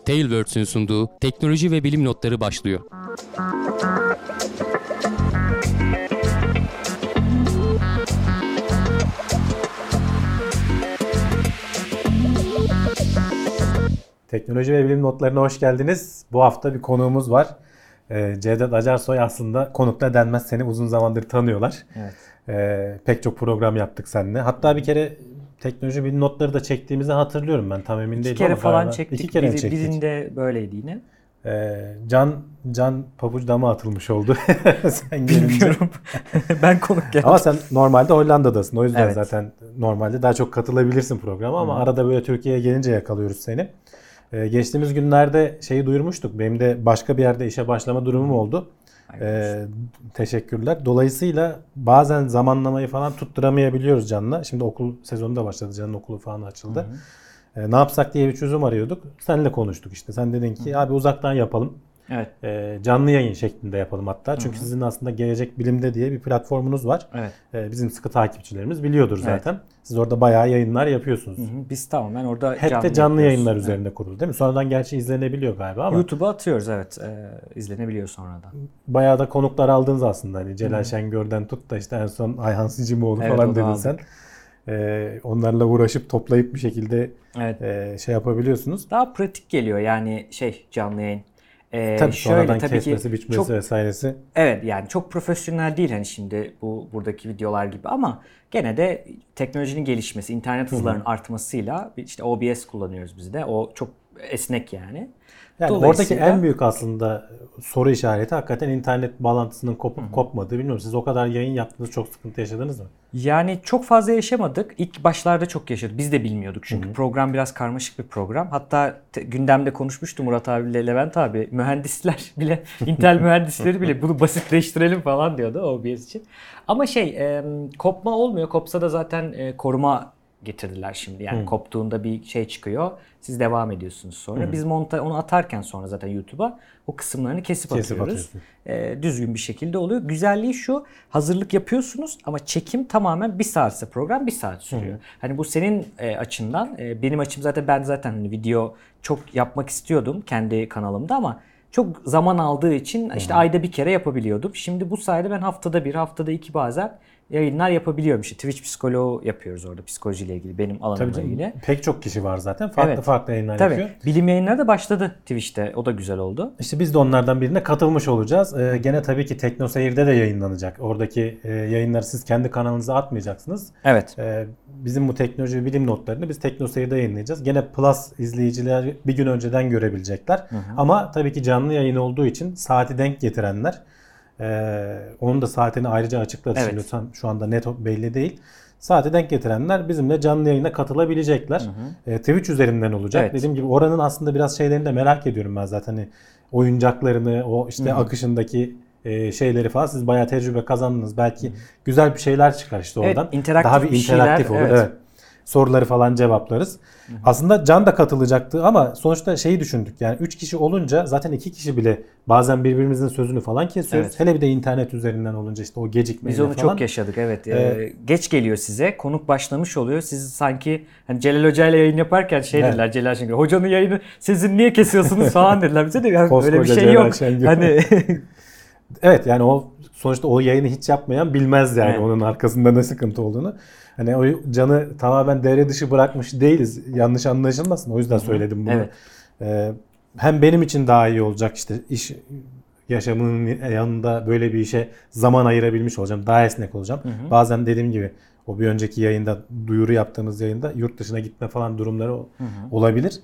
Tailwords'ün sunduğu teknoloji ve bilim notları başlıyor. Teknoloji ve bilim notlarına hoş geldiniz. Bu hafta bir konuğumuz var. Cevdet Acarsoy aslında konuk da denmez. Seni uzun zamandır tanıyorlar. Evet. Pek çok program yaptık seninle. Hatta bir kere teknoloji bilim notları da çektiğimizi hatırlıyorum ben. Tam emin değilim. İki kere falan galiba. çektik. İki kere çektik. Birinde böyleydi yine. Can pabuç dama atılmış oldu. Sen gelince. Bilmiyorum. Ben konuk geldim. Ama sen normalde Hollanda'dasın. O yüzden Evet. zaten normalde daha çok katılabilirsin programa ama arada böyle Türkiye'ye gelince yakalıyoruz seni. Geçtiğimiz günlerde şeyi duyurmuştuk. Benim de başka bir yerde işe başlama durumum oldu. Teşekkürler. Dolayısıyla bazen zamanlamayı falan tutturamayabiliyoruz Can'la. Şimdi okul sezonu da başladı. Can'ın okulu falan açıldı. Ne yapsak diye bir çözüm arıyorduk. Seninle konuştuk işte. Sen dedin ki abi uzaktan yapalım. Evet. Canlı yayın şeklinde yapalım hatta. Çünkü sizin aslında Gelecek Bilim'de diye bir platformunuz var. Evet. Bizim sıkı takipçilerimiz biliyordur zaten. Siz orada bayağı yayınlar yapıyorsunuz. Biz tamamen orada Hep de canlı yayınlar üzerinde kurulu değil mi? Sonradan gerçi izlenebiliyor galiba ama. YouTube'a atıyoruz evet. İzlenebiliyor sonradan. Bayağı da konuklar aldınız aslında. Hani Celal Şengör'den tut da işte en son Ayhan Sicimoğlu falan dedin sen. Onlarla uğraşıp toplayıp bir şekilde şey yapabiliyorsunuz. Daha pratik geliyor yani canlı yayın. Tabii sonradan kesmesi, biçmesi çok, vesairesi. Evet yani çok profesyonel değil hani şimdi buradaki videolar gibi ama gene de teknolojinin gelişmesi, internet hızlarının artmasıyla işte OBS kullanıyoruz biz de. O çok esnek yani. Yani oradaki en büyük aslında soru işareti hakikaten internet bağlantısının kopup kopmadığı. Bilmiyorum siz o kadar yayın yaptınız, çok sıkıntı yaşadınız mı? Yani çok fazla yaşamadık. İlk başlarda çok yaşadık. Biz de bilmiyorduk çünkü program biraz karmaşık bir program. Hatta gündemde konuşmuştu Murat abiyle Levent abi. Mühendisler bile, Intel mühendisleri bile bunu basitleştirelim falan diyordu OBS için. Ama kopma olmuyor. Kopsa da zaten koruma getirdiler şimdi. Yani koptuğunda bir şey çıkıyor. Siz devam ediyorsunuz sonra. Biz onu atarken sonra zaten YouTube'a o kısımlarını kesip atıyoruz. Düzgün bir şekilde oluyor. Güzelliği şu, hazırlık yapıyorsunuz ama çekim tamamen 1 saatse program 1 saat sürüyor. Hani bu senin açından, benim açım ben zaten hani video çok yapmak istiyordum kendi kanalımda ama çok zaman aldığı için işte ayda bir kere yapabiliyordum. Şimdi bu sayede ben haftada 1, haftada 2 bazen yayınlar yapabiliyorum. İşte Twitch psikoloğu yapıyoruz orada psikolojiyle ilgili benim alanımla ilgili. Pek çok kişi var zaten. Farklı yayınlar yapıyor. Bilim yayınları da başladı Twitch'te. O da güzel oldu. İşte biz de onlardan birine katılmış olacağız. Gene tabii ki TeknoSeyir'de de yayınlanacak. Oradaki yayınları siz kendi kanalınıza atmayacaksınız. Evet. Bizim bu teknoloji ve bilim notlarını biz TeknoSeyir'de yayınlayacağız. Gene Plus izleyiciler bir gün önceden görebilecekler. Ama tabii ki canlı yayın olduğu için saati denk getirenler onun da saatini ayrıca açıkladı. Evet. Şimdi şu anda net belli değil. Saati denk getirenler bizimle canlı yayına katılabilecekler. Twitch üzerinden olacak. Evet. Dediğim gibi oranın aslında biraz şeylerini de merak ediyorum ben zaten. Hani oyuncaklarını, o işte akışındaki şeyleri falan siz bayağı tecrübe kazandınız. Belki güzel bir şeyler çıkar işte oradan. Evet, interaktif daha bir interaktif olur. Evet. Soruları falan cevaplarız. Aslında Can da katılacaktı ama sonuçta şeyi düşündük. Yani 3 kişi olunca zaten 2 kişi bile bazen birbirimizin sözünü falan kesiyoruz. Evet. Hele bir de internet üzerinden olunca işte o gecikmeyle falan. Biz onu çok yaşadık evet. Geç geliyor size. Konuk başlamış oluyor. Siz sanki hani Celal Hoca ile yayın yaparken dediler Celal Şengör. Hocanın yayını sizin niye kesiyorsunuz falan dediler bize de. Yani öyle bir şey Celal yok. Şengör. Hani evet yani sonuçta o yayını hiç yapmayan bilmez yani onun arkasında ne sıkıntı olduğunu. Hani o Can'ı tamamen devre dışı bırakmış değiliz. Yanlış anlaşılmasın. O yüzden söyledim bunu. Evet. Hem benim için daha iyi olacak işte iş yaşamının yanında böyle bir işe zaman ayırabilmiş olacağım. Daha esnek olacağım. Bazen dediğim gibi o bir önceki yayında duyuru yaptığımız yayında yurt dışına gitme falan durumları olabilir.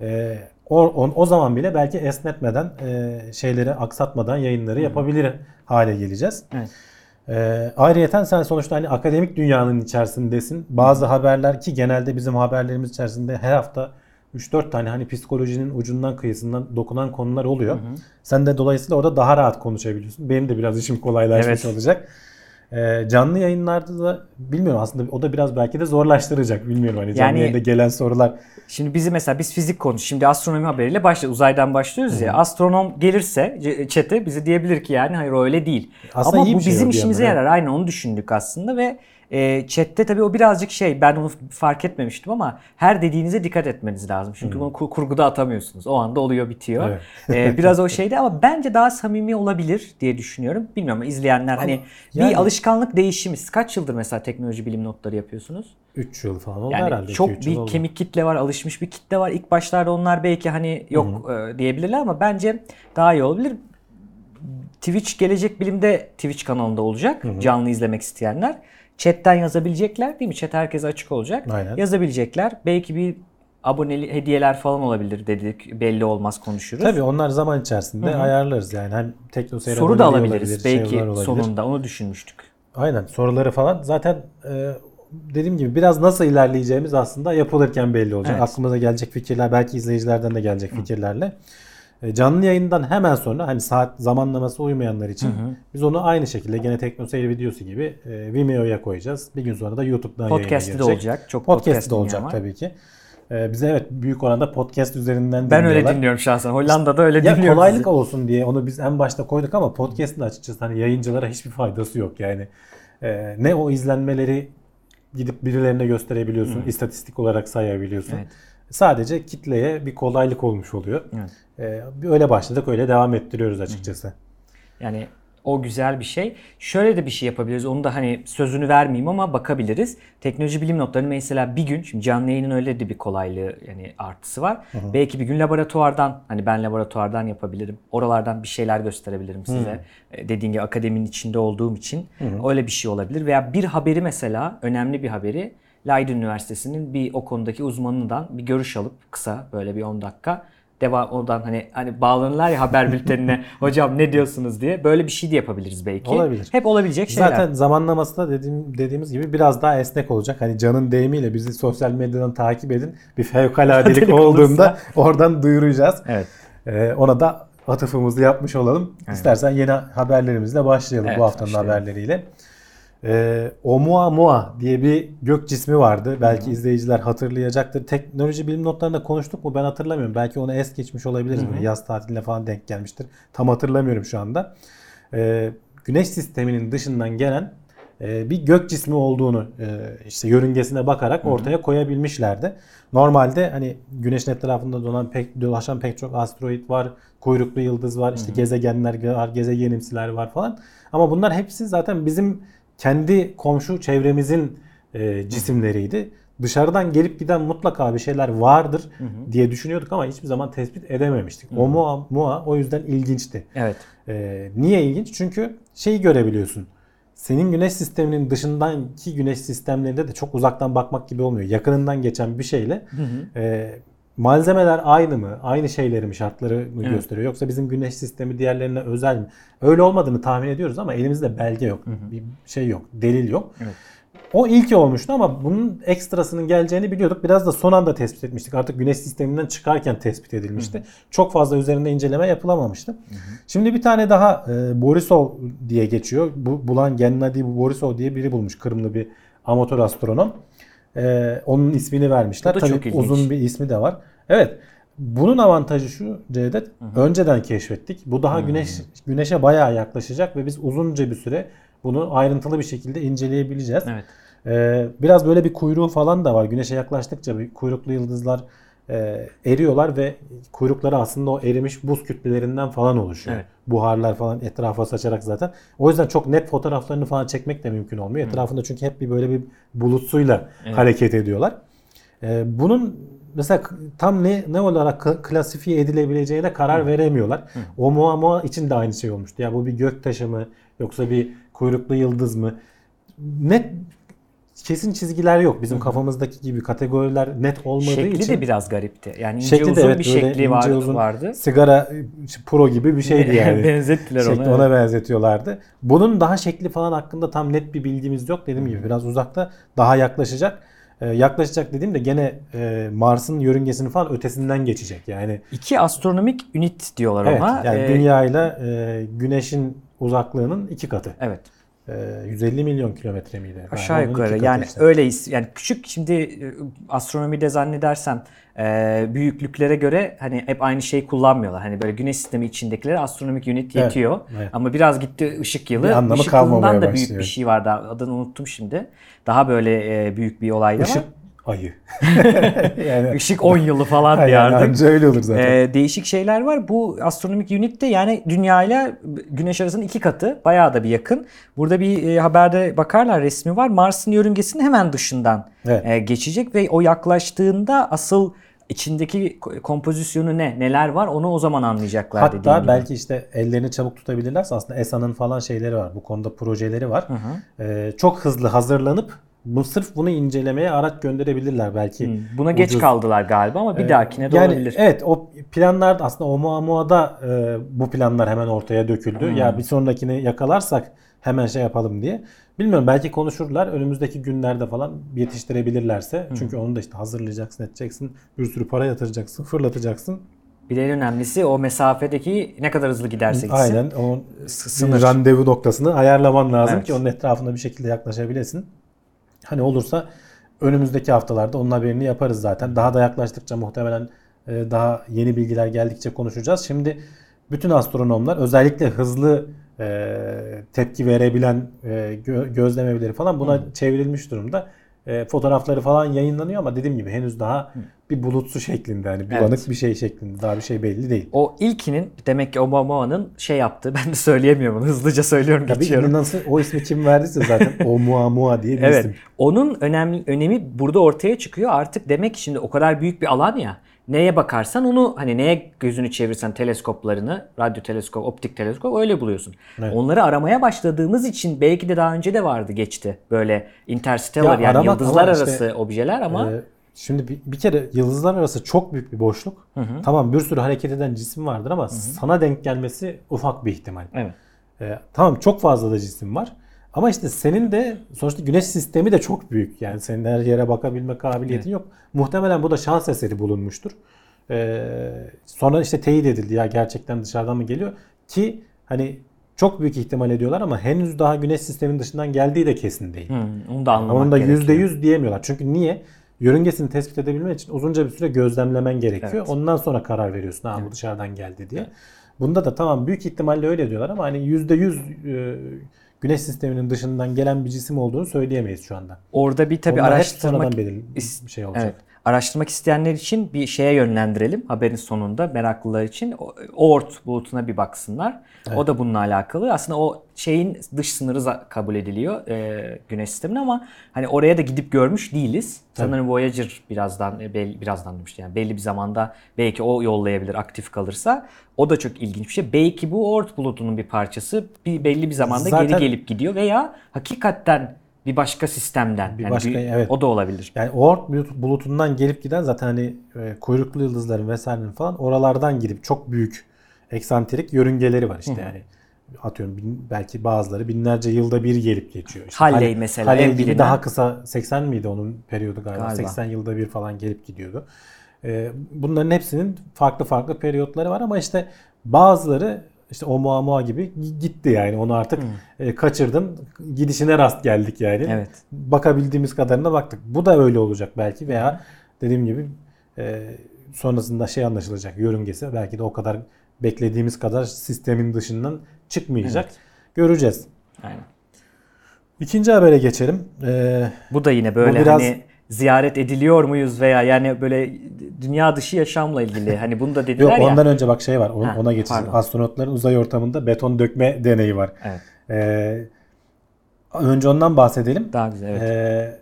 O zaman bile belki esnetmeden şeyleri aksatmadan yayınları yapabilir hale geleceğiz. Evet. Ayrıyeten sen sonuçta hani akademik dünyanın içerisindesin. Bazı haberler ki genelde bizim haberlerimiz içerisinde her hafta 3-4 tane hani psikolojinin ucundan kıyısından dokunan konular oluyor. Sen de dolayısıyla orada daha rahat konuşabiliyorsun. Benim de biraz işim kolaylaşmış olacak. Canlı yayınlarda da bilmiyorum aslında o da biraz belki de zorlaştıracak. Bilmiyorum hani canlı yayında gelen sorular. Şimdi biz fizik konuşuyoruz. Şimdi astronomi haberiyle başlıyoruz. Uzaydan başlıyoruz ya. Astronom gelirse chat'e bize diyebilir ki yani hayır öyle değil. Aslında ama iyi bu bir şey bizim işimize yarar. Aynen onu düşündük aslında ve Chat'te tabii o birazcık ben onu fark etmemiştim ama her dediğinize dikkat etmeniz lazım. Çünkü bunu kurguda atamıyorsunuz. O anda oluyor bitiyor. Evet. Biraz o şeydi ama bence daha samimi olabilir diye düşünüyorum. Bilmiyorum ama izleyenler hani yani- bir alışkanlık değişimi. Siz kaç yıldır mesela teknoloji bilim notları yapıyorsunuz? 3 yıl falan oldu Yani herhalde. çok 2-3 yıl bir oldu. kemik kitle var, alışmış bir kitle var. İlk başlarda onlar belki hani yok diyebilirler ama bence daha iyi olabilir. Twitch Gelecek Bilim'de Twitch kanalında olacak. Canlı izlemek isteyenler. Chat'ten yazabilecekler değil mi? Chat herkese açık olacak. Aynen. Yazabilecekler. Belki bir aboneli hediyeler falan olabilir dedik. Belli olmaz, konuşuruz. Tabii onlar zaman içerisinde ayarlarız yani. Hem teknoseyir Soru da aboneliği alabiliriz. olabilir, Belki şeyler olabilir. sonunda onu düşünmüştük. Aynen, soruları falan. Zaten dediğim gibi biraz nasıl ilerleyeceğimiz aslında yapılırken belli olacak. Evet. Aklımıza gelecek fikirler, belki izleyicilerden de gelecek fikirlerle. Canlı yayından hemen sonra hani saat zamanlaması uymayanlar için biz onu aynı şekilde gene teknoseyir videosu gibi Vimeo'ya koyacağız. Bir gün sonra da YouTube'dan yayına Podcast'te girecek. de olacak. Çok Podcast'te de dinleyen olacak var. tabii ki. Bize evet büyük oranda podcast üzerinden Ben dinliyorlar. öyle dinliyorum şahsen. Hollanda'da öyle Ya dinliyorum. kolaylık sizi. olsun diye onu biz en başta koyduk ama podcast'ın açıkçası hani yayıncılara hiçbir faydası yok yani. Ne o izlenmeleri gidip birilerine gösterebiliyorsun, istatistik olarak sayabiliyorsun. Evet. Sadece kitleye bir kolaylık olmuş oluyor. Öyle başladık, öyle devam ettiriyoruz açıkçası. Yani o güzel bir şey. Şöyle de bir şey yapabiliriz. Onu da hani sözünü vermeyeyim ama bakabiliriz. Teknoloji bilim notlarını mesela bir gün, şimdi canlı yayının öyle de bir kolaylığı yani artısı var. Belki bir gün laboratuvardan, hani ben laboratuvardan yapabilirim. Oralardan bir şeyler gösterebilirim size. Dediğim gibi akademinin içinde olduğum için öyle bir şey olabilir. Veya bir haberi mesela, önemli bir haberi Leiden Üniversitesi'nin bir o konudaki uzmanından bir görüş alıp kısa böyle bir 10 dakika oradan hani bağlanırlar ya haber bültenine hocam ne diyorsunuz diye, böyle bir şey de yapabiliriz belki. Olabilir. Hep olabilecek şeyler. Zaten zamanlaması da dediğimiz gibi biraz daha esnek olacak. Hani Can'ın deyimiyle bizi sosyal medyadan takip edin. Bir fevkaladelik Delik olduğunda olursa. oradan duyuracağız. Evet. Ona da atıfımızı yapmış olalım. İstersen yeni haberlerimizle başlayalım, Evet, bu haftanın başlayalım. haberleriyle. Oumuamua diye bir gök cismi vardı. Belki izleyiciler hatırlayacaktır. Teknoloji bilim notlarında konuştuk mu ben hatırlamıyorum. Belki onu es geçmiş olabiliriz. Böyle yaz tatiline falan denk gelmiştir. Tam hatırlamıyorum şu anda. Güneş sisteminin dışından gelen bir gök cismi olduğunu işte yörüngesine bakarak ortaya koyabilmişlerdi. Normalde hani güneşin etrafında dolaşan pek çok asteroid var, kuyruklu yıldız var, işte gezegenler var, gezegenimsiler var falan. Ama bunlar hepsi zaten bizim kendi komşu çevremizin cisimleriydi. Dışarıdan gelip giden mutlaka bir şeyler vardır diye düşünüyorduk ama hiçbir zaman tespit edememiştik. Oumuamua o yüzden ilginçti. Evet. Niye ilginç? Çünkü şeyi görebiliyorsun. Senin güneş sisteminin dışındaki güneş sistemlerinde de çok uzaktan bakmak gibi olmuyor. Yakınından geçen bir şeyle malzemeler aynı mı? Aynı şeyleri mi, şartları mı gösteriyor? Yoksa bizim güneş sistemi diğerlerine özel mi? Öyle olmadığını tahmin ediyoruz ama elimizde belge yok. Bir şey yok, delil yok. Evet. O ilki olmuştu ama bunun ekstrasının geleceğini biliyorduk. Biraz da son anda tespit etmiştik. Artık güneş sisteminden çıkarken tespit edilmişti. Çok fazla üzerinde inceleme yapılamamıştı. Şimdi bir tane daha Borisov diye geçiyor. Bulan Gennady Borisov diye biri bulmuş. Kırımlı bir amatör astronom. Onun ismini vermişler. Bu da Tabii çok ilginç. uzun bir ismi de var. Evet. Bunun avantajı şu Cevdet. Önceden keşfettik. Bu daha güneşe bayağı yaklaşacak ve biz uzunca bir süre bunu ayrıntılı bir şekilde inceleyebileceğiz. Evet. Biraz böyle bir kuyruğu falan da var. Güneşe yaklaştıkça kuyruklu yıldızlar eriyorlar ve kuyrukları aslında o erimiş buz kütlelerinden falan oluşuyor. Evet. Buharlar falan etrafa saçarak zaten. O yüzden çok net fotoğraflarını falan çekmek de mümkün olmuyor. Etrafında çünkü hep böyle bir bulutsuyla hareket ediyorlar. Bunun mesela tam ne olarak klasifiye edilebileceğine karar veremiyorlar. Oumuamua için de aynı şey olmuştu. Ya bu bir göktaşı mı yoksa bir kuyruklu yıldız mı? Net kesin çizgiler yok. Bizim kafamızdaki gibi kategoriler net olmadığı Şekli için. de biraz garipti. Yani ince Şekli de uzun evet, bir böyle şekli ince uzun, vardı. sigara pro gibi bir şeydi yani. Benzettiler Şekli onu. ona benzetiyorlardı. Bunun daha şekli falan hakkında tam net bir bilgimiz yok. Dediğim gibi biraz uzakta, daha yaklaşacak. Yaklaşacak dediğim de gene Mars'ın yörüngesinin falan ötesinden geçecek. Yani 2 astronomik ünit diyorlar evet, ona. yani Dünya ile Güneş'in uzaklığının 2 katı. Evet. 150 milyon kilometre miydi? Aşağı Galiba onun yukarı iki katı yani işte. öyleyiz. Yani küçük şimdi astronomide zannedersem büyüklüklere göre hani hep aynı şeyi kullanmıyorlar. Hani böyle güneş sistemi içindekilere astronomik unit Evet, yetiyor. evet. Ama biraz gitti ışık yılı. Bir anlamı Işık yılından kalmamaya da büyük başlıyor. bir şey vardı. Adını unuttum şimdi. Daha böyle büyük bir olay da Işık var. ayı. Yani Işık 10 yılı falan yani diyardık. anca öyle olur zaten. Değişik şeyler var. Bu astronomik unit de yani Dünya ile Güneş arasının 2 katı. Bayağı da bir yakın. Burada bir haberde bakarlar, resmi var. Mars'ın yörüngesinin hemen dışından Evet. geçecek ve o yaklaştığında asıl içindeki kompozisyonu neler var onu o zaman anlayacaklar dediğin Hatta gibi. belki işte ellerini çabuk tutabilirlerse aslında ESA'nın falan şeyleri var. Bu konuda projeleri var. Çok hızlı hazırlanıp sırf bunu incelemeye araç gönderebilirler belki. Buna geç Ucuz. kaldılar galiba ama bir dahakine de Yani olabilir. evet, o planlar aslında Oumuamua bu planlar hemen ortaya döküldü. Ya bir sonrakini yakalarsak hemen şey yapalım diye. Bilmiyorum, belki konuşurlar. Önümüzdeki günlerde falan yetiştirebilirlerse. Çünkü onu da işte hazırlayacaksın, edeceksin. Bir sürü para yatıracaksın, fırlatacaksın. Bir de en önemlisi o mesafedeki ne kadar hızlı giderse gitsin. Aynen. O Sınır. randevu noktasını ayarlaman lazım Evet. ki onun etrafına bir şekilde yaklaşabilesin. Hani olursa önümüzdeki haftalarda onun haberini yaparız zaten. Daha da yaklaştıkça muhtemelen daha yeni bilgiler geldikçe konuşacağız. Şimdi bütün astronomlar özellikle hızlı tepki verebilen gözlem evleri falan buna çevrilmiş durumda. Fotoğrafları falan yayınlanıyor ama dediğim gibi henüz daha bir bulutsu şeklinde, hani bulanık bir şey şeklinde, daha bir şey belli değil. O ilkinin demek ki Oumuamaua'nın şey yaptığı, ben de söyleyemiyorum onu, hızlıca söylüyorum, Tabii geçiyorum. nasıl, o ismi kim verdiyse zaten Oumuamua diye bir Evet. isim. Onun önemi burada ortaya çıkıyor. Artık demek ki şimdi o kadar büyük bir alan ya. Neye bakarsan onu, hani neye gözünü çevirsen teleskoplarını, radyo teleskop, optik teleskop öyle buluyorsun. Evet. Onları aramaya başladığımız için belki de daha önce de vardı, geçti. Böyle interstellar Ya yani aramak yıldızlar ama işte, arası objeler ama şimdi bir kere yıldızlar arası çok büyük bir boşluk. Tamam, bir sürü hareket eden cisim vardır ama sana denk gelmesi ufak bir ihtimal. evet. Tamam, çok fazla da cisim var. Ama işte senin de sonuçta güneş sistemi de çok büyük. Yani senin her yere bakabilme kabiliyetin yok. Muhtemelen bu da şans eseri bulunmuştur. Sonra işte teyit edildi, ya gerçekten dışarıdan mı geliyor? Ki hani çok büyük ihtimal ediyorlar ama henüz daha güneş sisteminin dışından geldiği de kesin değil. Onu da anlamak Onu da gerekiyor. %100 diyemiyorlar. Çünkü niye? Yörüngesini tespit edebilmek için uzunca bir süre gözlemlemen gerekiyor. Evet. Ondan sonra karar veriyorsun. Ha, bu dışarıdan geldi diye. Bunda da tamam, büyük ihtimalle öyle diyorlar ama hani %100 güneş sisteminin dışından gelen bir cisim olduğunu söyleyemeyiz şu anda. Orada bir tabii Onlar hep araştırmak sonradan belirli bir şey olacak. Evet. Araştırmak isteyenler için bir şeye yönlendirelim. Haberin sonunda meraklılar için Oort bulutuna bir baksınlar. Evet. O da bununla alakalı. Aslında o şeyin dış sınırı kabul ediliyor Güneş sistemine ama hani oraya da gidip görmüş değiliz. Tabii. Sanırım Voyager birazdan demişti. Yani belli bir zamanda belki o yollayabilir aktif kalırsa. O da çok ilginç bir şey. Belki bu Oort bulutunun bir parçası belli bir zamanda Zaten geri gelip gidiyor veya hakikaten bir başka sistemden. Bir Yani başka, evet. O da olabilir. Yani Oort bulutundan gelip giden zaten hani kuyruklu yıldızların vesairenin falan oralardan girip çok büyük eksantrik yörüngeleri var işte yani. Atıyorum belki bazıları binlerce yılda bir gelip geçiyor. İşte Halley mesela Halley en gibi bilinen. daha kısa, 80 miydi onun periyodu galiba. 80 yılda bir falan gelip gidiyordu. Bunların hepsinin farklı farklı periyotları var ama işte bazıları işte Oumuamua gibi gitti yani, onu artık kaçırdın, gidişine rast geldik yani. Evet. Bakabildiğimiz kadarına baktık. Bu da öyle olacak belki veya dediğim gibi sonrasında şey anlaşılacak, yörüngesi belki de o kadar beklediğimiz kadar sistemin dışından çıkmayacak. Evet. Göreceğiz. Aynen. İkinci habere geçelim. Bu da yine böyle biraz, hani ziyaret ediliyor muyuz veya yani böyle dünya dışı yaşamla ilgili hani bunu da dediler yok, ya. ondan önce bak şey var, ona geçeceğiz. Pardon. Astronotların uzay ortamında beton dökme deneyi var. Evet. Önce ondan bahsedelim. Daha güzel, evet.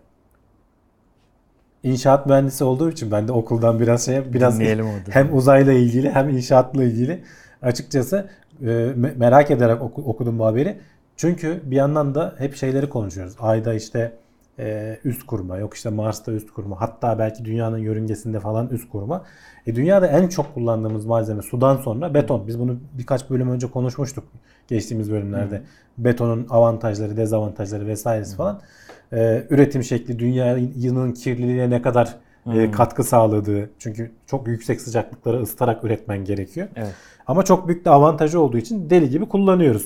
İnşaat mühendisi olduğu için ben de okuldan biraz hem uzayla ilgili hem inşaatla ilgili açıkçası merak ederek okudum bu haberi. Çünkü bir yandan da hep şeyleri konuşuyoruz. Ayda işte üst kurma, yok işte Mars'ta üst kurma, hatta belki dünyanın yörüngesinde falan üst kurma. Dünyada en çok kullandığımız malzeme sudan sonra beton. Biz bunu birkaç bölüm önce konuşmuştuk geçtiğimiz bölümlerde. Betonun avantajları, dezavantajları vesairesi falan. Üretim şekli, dünyanın kirliliğine ne kadar katkı sağladığı. Çünkü çok yüksek sıcaklıkları ısıtarak üretmen gerekiyor. Evet. Ama çok büyük de avantajı olduğu için deli gibi kullanıyoruz.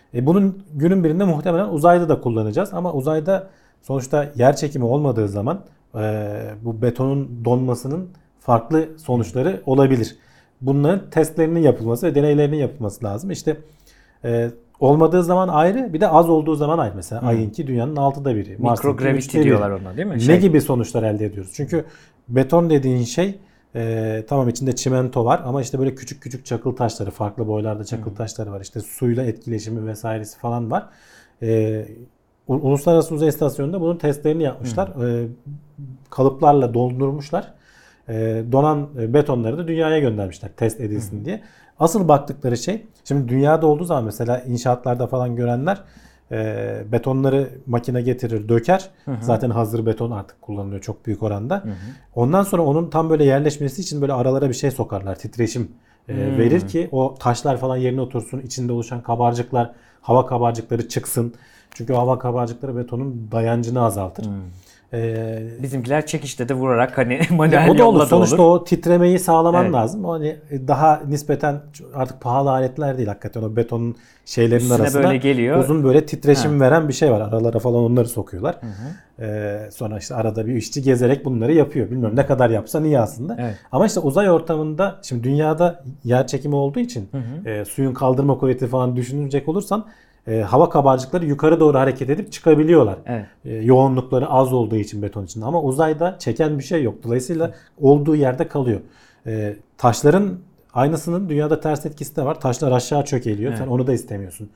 Bunun günün birinde muhtemelen uzayda da kullanacağız ama uzayda sonuçta yer çekimi olmadığı zaman bu betonun donmasının farklı sonuçları olabilir. Bunların testlerinin yapılması ve deneylerinin yapılması lazım. İşte olmadığı zaman ayrı, bir de az olduğu zaman ayrı. Mesela Ay'ınki dünyanın 6'da biri. Mikrogravity diyorlar ona, değil mi? Ne gibi sonuçlar elde ediyoruz? Çünkü beton dediğin şey tamam içinde çimento var ama işte böyle küçük küçük çakıl taşları, farklı boylarda çakıl taşları var. İşte suyla etkileşimi vesairesi falan var. Uluslararası Uzay İstasyonu'nda bunun testlerini yapmışlar. Kalıplarla doldurmuşlar. Donan betonları da dünyaya göndermişler test edilsin diye. Asıl baktıkları şey, şimdi dünyada olduğu zaman mesela inşaatlarda falan görenler betonları makine getirir, döker. Zaten hazır beton artık kullanılıyor çok büyük oranda. Ondan sonra onun tam böyle yerleşmesi için böyle aralara bir şey sokarlar. Titreşim verir ki o taşlar falan yerine otursun. İçinde oluşan kabarcıklar, hava kabarcıkları çıksın. Çünkü o hava kabarcıkları betonun dayancını azaltır. Bizimkiler çekişte de vurarak hani manuel o da olur. yolla da Sonuçta olur. o titremeyi sağlaman lazım. O hani daha nispeten artık pahalı aletler değil hakikaten, o betonun şeylerin Üstüne arasına böyle geliyor. uzun böyle titreşim veren bir şey var. Aralara falan onları sokuyorlar. Sonra işte arada bir işçi gezerek bunları yapıyor. Bilmiyorum ne kadar yapsa iyi aslında. Evet. Ama işte uzay ortamında, şimdi dünyada yer çekimi olduğu için suyun kaldırma kuvveti falan düşünecek olursan hava kabarcıkları yukarı doğru hareket edip çıkabiliyorlar. Evet. Yoğunlukları az olduğu için beton için. Ama uzayda çeken bir şey yok. Dolayısıyla olduğu yerde kalıyor. Taşların aynısının dünyada ters etkisi de var. Taşlar aşağı çökeliyor. Evet. Sen onu da istemiyorsun.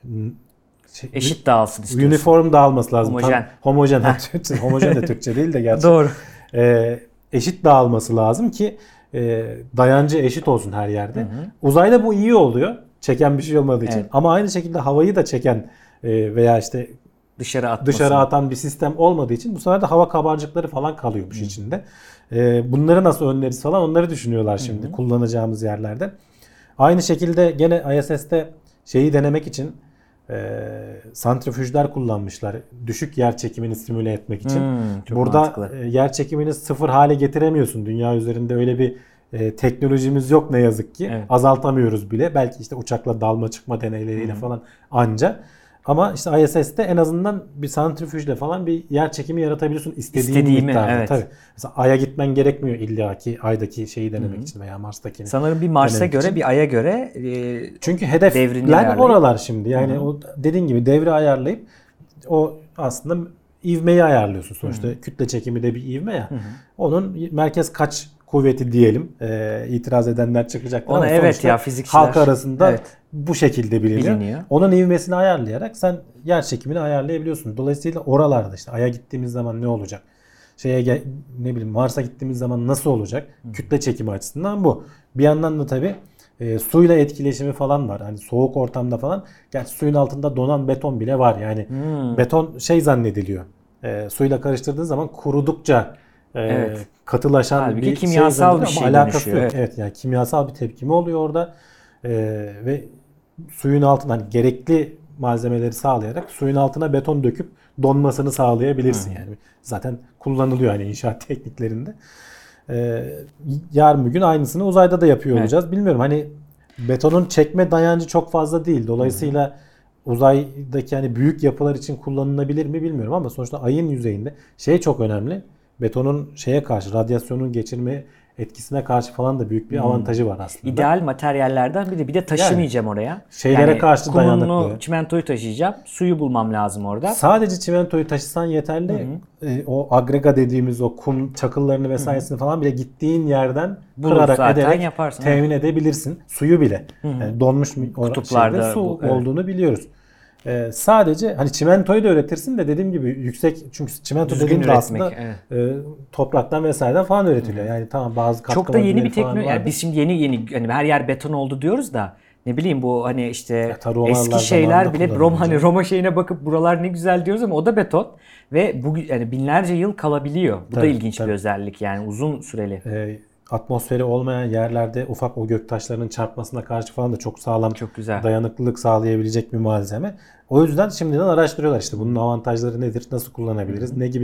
Eşit dağılsın istiyorsun. Uniform dağılması lazım. Homojen. Homojen. Homojen de Türkçe değil de gerçi. Doğru. Eşit dağılması lazım ki dayancı eşit olsun her yerde. Uzayda bu iyi oluyor. Çeken bir şey olmadığı için. Evet. Ama aynı şekilde havayı da çeken veya işte dışarı atan bir sistem olmadığı için bu sefer de hava kabarcıkları falan kalıyormuş içinde. Bunları nasıl önleriz falan, onları düşünüyorlar şimdi kullanacağımız yerlerde. Aynı şekilde gene ISS'te şeyi denemek için santrifüjler kullanmışlar. Düşük yer çekimini simüle etmek için. Burada yer çekimini sıfır hale getiremiyorsun. Dünya üzerinde öyle bir teknolojimiz yok ne yazık ki. Evet. Azaltamıyoruz bile. Belki işte uçakla dalma çıkma deneyleriyle falan anca. Ama işte ISS'te en azından bir santrifüjle falan bir yer çekimi yaratabiliyorsun istediğin miktarda. Evet. Tabii. Mesela Ay'a gitmen gerekmiyor illaki Ay'daki şeyi denemek için veya Mars'takini. Sanırım bir Mars'a göre için. bir Ay'a göre Çünkü devrini hedefler ayarlayıp. oralar şimdi. Yani o dediğin gibi devri ayarlayıp o aslında ivmeyi ayarlıyorsun sonuçta. Kütle çekimi de bir ivme ya. Onun merkez kaç kuvveti diyelim. İtiraz edenler çıkacaktır ama evet sonuçta ya, fizikçiler. halk arasında Evet. bu şekilde biliniyor. Onun ivmesini ayarlayarak sen yer çekimini ayarlayabiliyorsun. Dolayısıyla oralarda işte Ay'a gittiğimiz zaman ne olacak? Ne bileyim Mars'a gittiğimiz zaman nasıl olacak? Kütle çekimi açısından bu. Bir yandan da tabii suyla etkileşimi falan var. Hani soğuk ortamda falan. Gerçi suyun altında donan beton bile var. Yani beton zannediliyor. Suyla karıştırdığın zaman kurudukça katılaşan halbuki bir kimyasal şey bir şey ama alakası dönüşüyor. yok. Evet, yani kimyasal bir tepkime oluyor orada. Ve suyun altına hani gerekli malzemeleri sağlayarak suyun altına beton döküp donmasını sağlayabilirsin yani. Zaten kullanılıyor hani inşaat tekniklerinde. Yarın bir gün aynısını uzayda da yapıyor olacağız. Bilmiyorum hani betonun çekme dayancı çok fazla değil. Dolayısıyla uzaydaki hani büyük yapılar için kullanılabilir mi bilmiyorum ama sonuçta Ay'ın yüzeyinde çok önemli. Betonun karşı, radyasyonun geçirme etkisine karşı falan da büyük bir avantajı var aslında. İdeal materyallerden bir de taşımayacağım oraya. Şeylere karşı dayanıklı. Kumunu, çimentoyu taşıyacağım. Suyu bulmam lazım orada. Sadece çimentoyu taşısan yeterli. O agrega dediğimiz o kum çakıllarını vesairesini falan bile gittiğin yerden kırarak ederek yaparsın, temin edebilirsin. Suyu bile. Yani donmuş kutuplarda su olduğunu biliyoruz. Sadece hani çimentoyu da üretirsin de dediğim gibi yüksek, çünkü çimento dediğim de aslında topraktan vesaireden falan üretiliyor. Yani tamam bazı katkı çok da yeni bir teknoloji. Yani biz şimdi yeni hani her yer beton oldu diyoruz da ne bileyim bu hani işte eski şeyler bile Roma şeyine bakıp buralar ne güzel diyoruz ama o da beton ve bu yani binlerce yıl kalabiliyor. Bu da ilginç bir özellik yani uzun süreli. Atmosferi olmayan yerlerde ufak o göktaşlarının çarpmasına karşı falan da çok sağlam, çok güzel dayanıklılık sağlayabilecek bir malzeme. O yüzden şimdiden araştırıyorlar işte bunun avantajları nedir, nasıl kullanabiliriz, ne gibi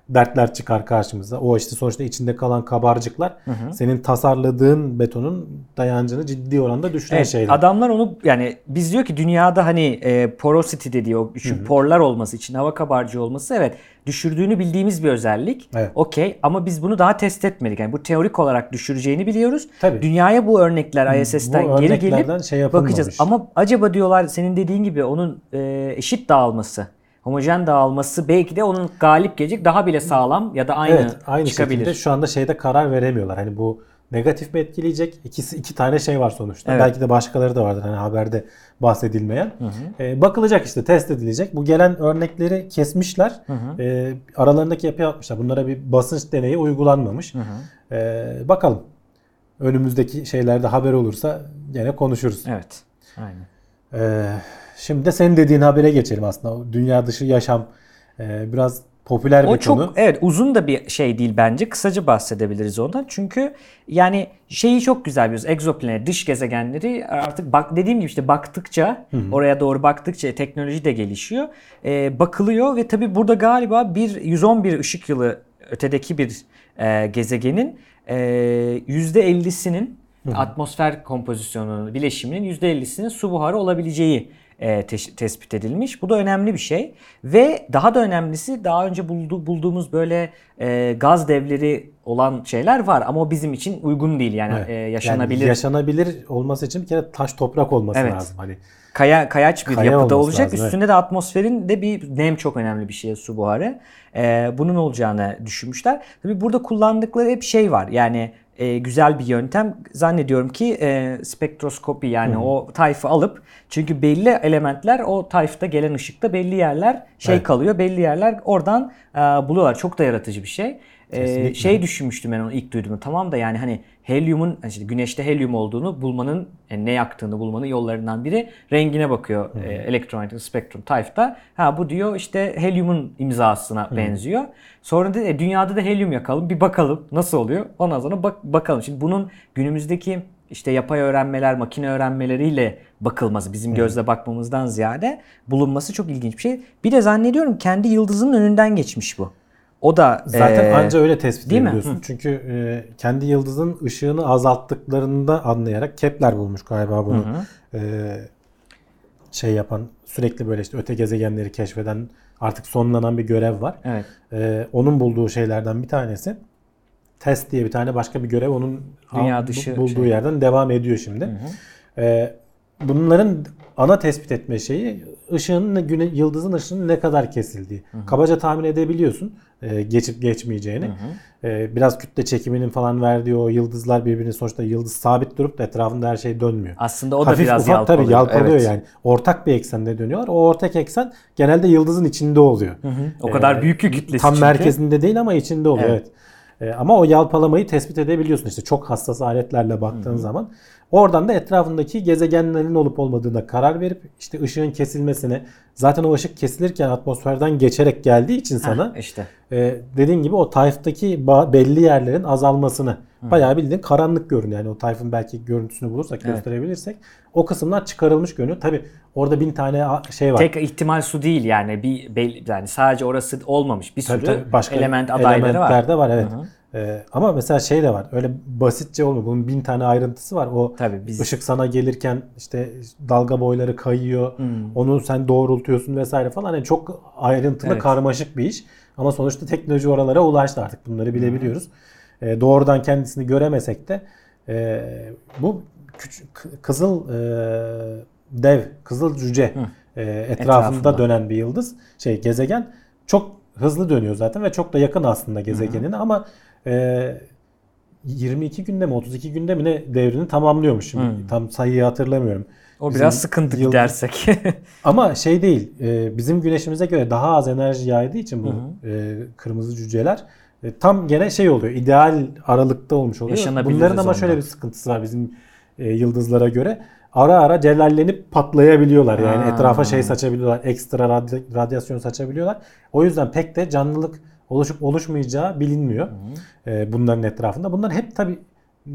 dertler çıkar karşımıza. O işte sonuçta içinde kalan kabarcıklar senin tasarladığın betonun dayancını ciddi oranda düşüren Evet, şeyler. adamlar onu yani biz diyor ki dünyada hani porosity dediği o küçük porlar olması için hava kabarcığı olması evet düşürdüğünü bildiğimiz bir özellik. Evet. Okey ama biz bunu daha test etmedik. Yani bu teorik olarak düşüreceğini biliyoruz. Tabii. Dünyaya bu örnekler ISS'ten Bu geri örneklerden gelip şey yapılmamış. bakacağız. Ama acaba diyorlar senin dediğin gibi onun eşit dağılması, homojen dağılması belki de onun galip gelecek daha bile sağlam ya da aynı çıkabilir. Şekilde şu anda şeyde karar veremiyorlar. Hani bu negatif mi etkileyecek? İki tane şey var sonuçta. Evet. Belki de başkaları da vardır hani haberde bahsedilmeyen. Bakılacak işte test edilecek. Bu gelen örnekleri kesmişler. Aralarındaki yapı yapmışlar. Bunlara bir basınç deneyi uygulanmamış. Bakalım. Önümüzdeki şeylerde haber olursa gene konuşuruz. Evet. Aynen. Şimdi de senin dediğin habere geçelim aslında. O dünya dışı yaşam biraz popüler O bir çok konu. evet uzun da bir şey değil bence. Kısaca bahsedebiliriz ondan. Çünkü yani şeyi çok güzel biliyoruz. Egzoplanet, dış gezegenleri artık dediğim gibi işte baktıkça oraya doğru baktıkça teknoloji de gelişiyor. Bakılıyor ve tabii burada galiba 111 ışık yılı ötedeki bir gezegenin %50'sinin atmosfer kompozisyonunun bileşiminin %50'sinin su buharı olabileceği tespit edilmiş. Bu da önemli bir şey. Ve daha da önemlisi daha önce bulduğumuz böyle gaz devleri olan şeyler var. Ama o bizim için uygun değil. Yani yaşanabilir. Yani yaşanabilir olması için bir kere taş toprak olması Evet. lazım. Hani Kayaç bir Kaya yapıda olması olacak. lazım, Üstünde de atmosferin de bir nem çok önemli bir şey su buharı. Bunun olacağını düşünmüşler. Tabii burada kullandıkları hep şey var. Yani güzel bir yöntem. Zannediyorum ki spektroskopi yani o tayfı alıp çünkü belli elementler o tayfta gelen ışıkta belli yerler kalıyor. Belli yerler oradan buluyorlar. Çok da yaratıcı bir şey. Şey düşünmüştüm ben onu ilk duyduğumda. Tamam da yani hani helyumun işte güneşte helyum olduğunu bulmanın ne yaktığını bulmanın yollarından biri rengine bakıyor elektromanyetik spektrum tayfta. Bu diyor işte helyumun imzasına benziyor. Sonra da dünyada da helyum yakalım bir bakalım nasıl oluyor. Ondan sonra bakalım. Şimdi bunun günümüzdeki işte yapay öğrenmeler, makine öğrenmeleriyle bakılması, bizim gözle bakmamızdan ziyade bulunması çok ilginç bir şey. Bir de zannediyorum kendi yıldızının önünden geçmiş bu. O da zaten anca öyle tespit değil mi? edebiliyorsun. Çünkü kendi yıldızın ışığını azalttıklarını da anlayarak Kepler bulmuş galiba bunu. Şey yapan sürekli böyle işte öte gezegenleri keşfeden artık sonlanan bir görev var. Evet. Onun bulduğu şeylerden bir tanesi. TESS diye bir tane başka bir görev onun Dünya dışı bulduğu yerden devam ediyor şimdi. Bunların ana tespit etme şeyi yıldızın ışığının ne kadar kesildiği. Kabaca tahmin edebiliyorsun geçip geçmeyeceğini. Biraz kütle çekiminin falan verdiği o yıldızlar birbirini sonuçta yıldız sabit durup da etrafında her şey dönmüyor. Aslında o da hafif, biraz ufak, yalpalıyor. Tabii yalpalıyor evet. yani. Ortak bir eksende dönüyorlar. O ortak eksen genelde yıldızın içinde oluyor. O kadar büyük bir kütlesi tam çünkü. merkezinde değil ama içinde oluyor. Evet. Ama o yalpalamayı tespit edebiliyorsun işte çok hassas aletlerle baktığın zaman. Oradan da etrafındaki gezegenlerin olup olmadığına karar verip işte ışığın kesilmesine zaten o ışık kesilirken atmosferden geçerek geldiği için sana işte. Dediğin gibi o tayftaki belli yerlerin azalmasını bayağı bildiğin karanlık görünüyor. Yani o tayfın belki görüntüsünü bulursak gösterebilirsek o kısımlar çıkarılmış görünüyor. Tabii orada 1000 tane şey var. Tek ihtimal su değil yani yani sadece orası olmamış bir sürü Tabii, başka element adayları var. Elementler de var evet. Ama mesela şey de var. Öyle basitçe olmuyor. Bunun 1000 tane ayrıntısı var. O ışık sana gelirken işte dalga boyları kayıyor. Onu sen doğrultuyorsun vesaire falan. Yani çok ayrıntılı, karmaşık bir iş. Ama sonuçta teknoloji oralara ulaştı artık. Bunları bilebiliyoruz. Doğrudan kendisini göremesek de bu kızıl dev, kızıl cüce etrafında dönen bir yıldız, gezegen çok hızlı dönüyor zaten ve çok da yakın aslında gezegenine ama 22 günde mi 32 günde mi ne devrini tamamlıyormuş şimdi. Tam sayıyı hatırlamıyorum. O biraz sıkıntı gidersek. Ama şey değil, bizim güneşimize göre daha az enerji yaydığı için bu kırmızı cüceler tam gene şey oluyor, ideal aralıkta olmuş oluyor. Bunların ama şöyle bir sıkıntısı var bizim yıldızlara göre. Ara ara celallenip patlayabiliyorlar. Yani etrafa saçabiliyorlar. Ekstra radyasyon saçabiliyorlar. O yüzden pek de canlılık oluşup oluşmayacağı bilinmiyor. Bunların etrafında. Bunlar hep tabii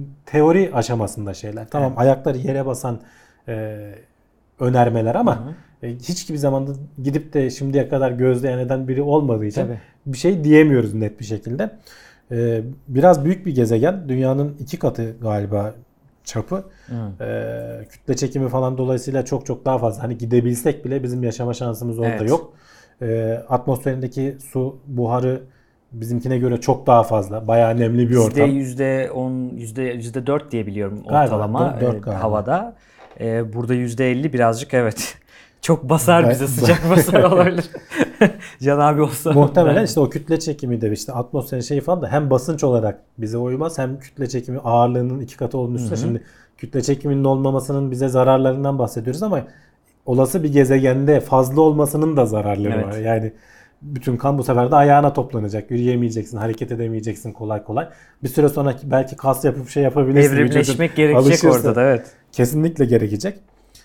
teori aşamasında şeyler. Tamam ayakları yere basan önermeler ama hiçbir zaman da gidip de şimdiye kadar gözleyen eden biri olmadığı için Tabii. bir şey diyemiyoruz net bir şekilde. Biraz büyük bir gezegen. Dünyanın 2 katı galiba çapı. Kütle çekimi falan dolayısıyla çok çok daha fazla. Hani gidebilsek bile bizim yaşama şansımız orada Evet. yok. Atmosferindeki su buharı bizimkine göre çok daha fazla. Bayağı nemli bir ortam. %10, %4 diye biliyorum Galiba, ortalama 4 galiba. havada. Burada %50 birazcık evet. Çok basar bize, Ben- sıcak basar olabilir. Can abi olsa. Muhtemelen ben- işte o kütle çekimi de işte atmosferin şeyi falan da hem basınç olarak bize uymaz hem kütle çekimi ağırlığının 2 katı olduğunu düşünse. Şimdi kütle çekiminin olmamasının bize zararlarından bahsediyoruz ama olası bir gezegende fazla olmasının da zararları Evet. var. Yani bütün kan bu sefer de ayağına toplanacak. Yürüyemeyeceksin, hareket edemeyeceksin kolay kolay. Bir süre sonra belki kas yapıp şey yapabilirsin. Evrimleşmek Vücudun gerekecek alışırsa. orada da, evet. Kesinlikle gerekecek.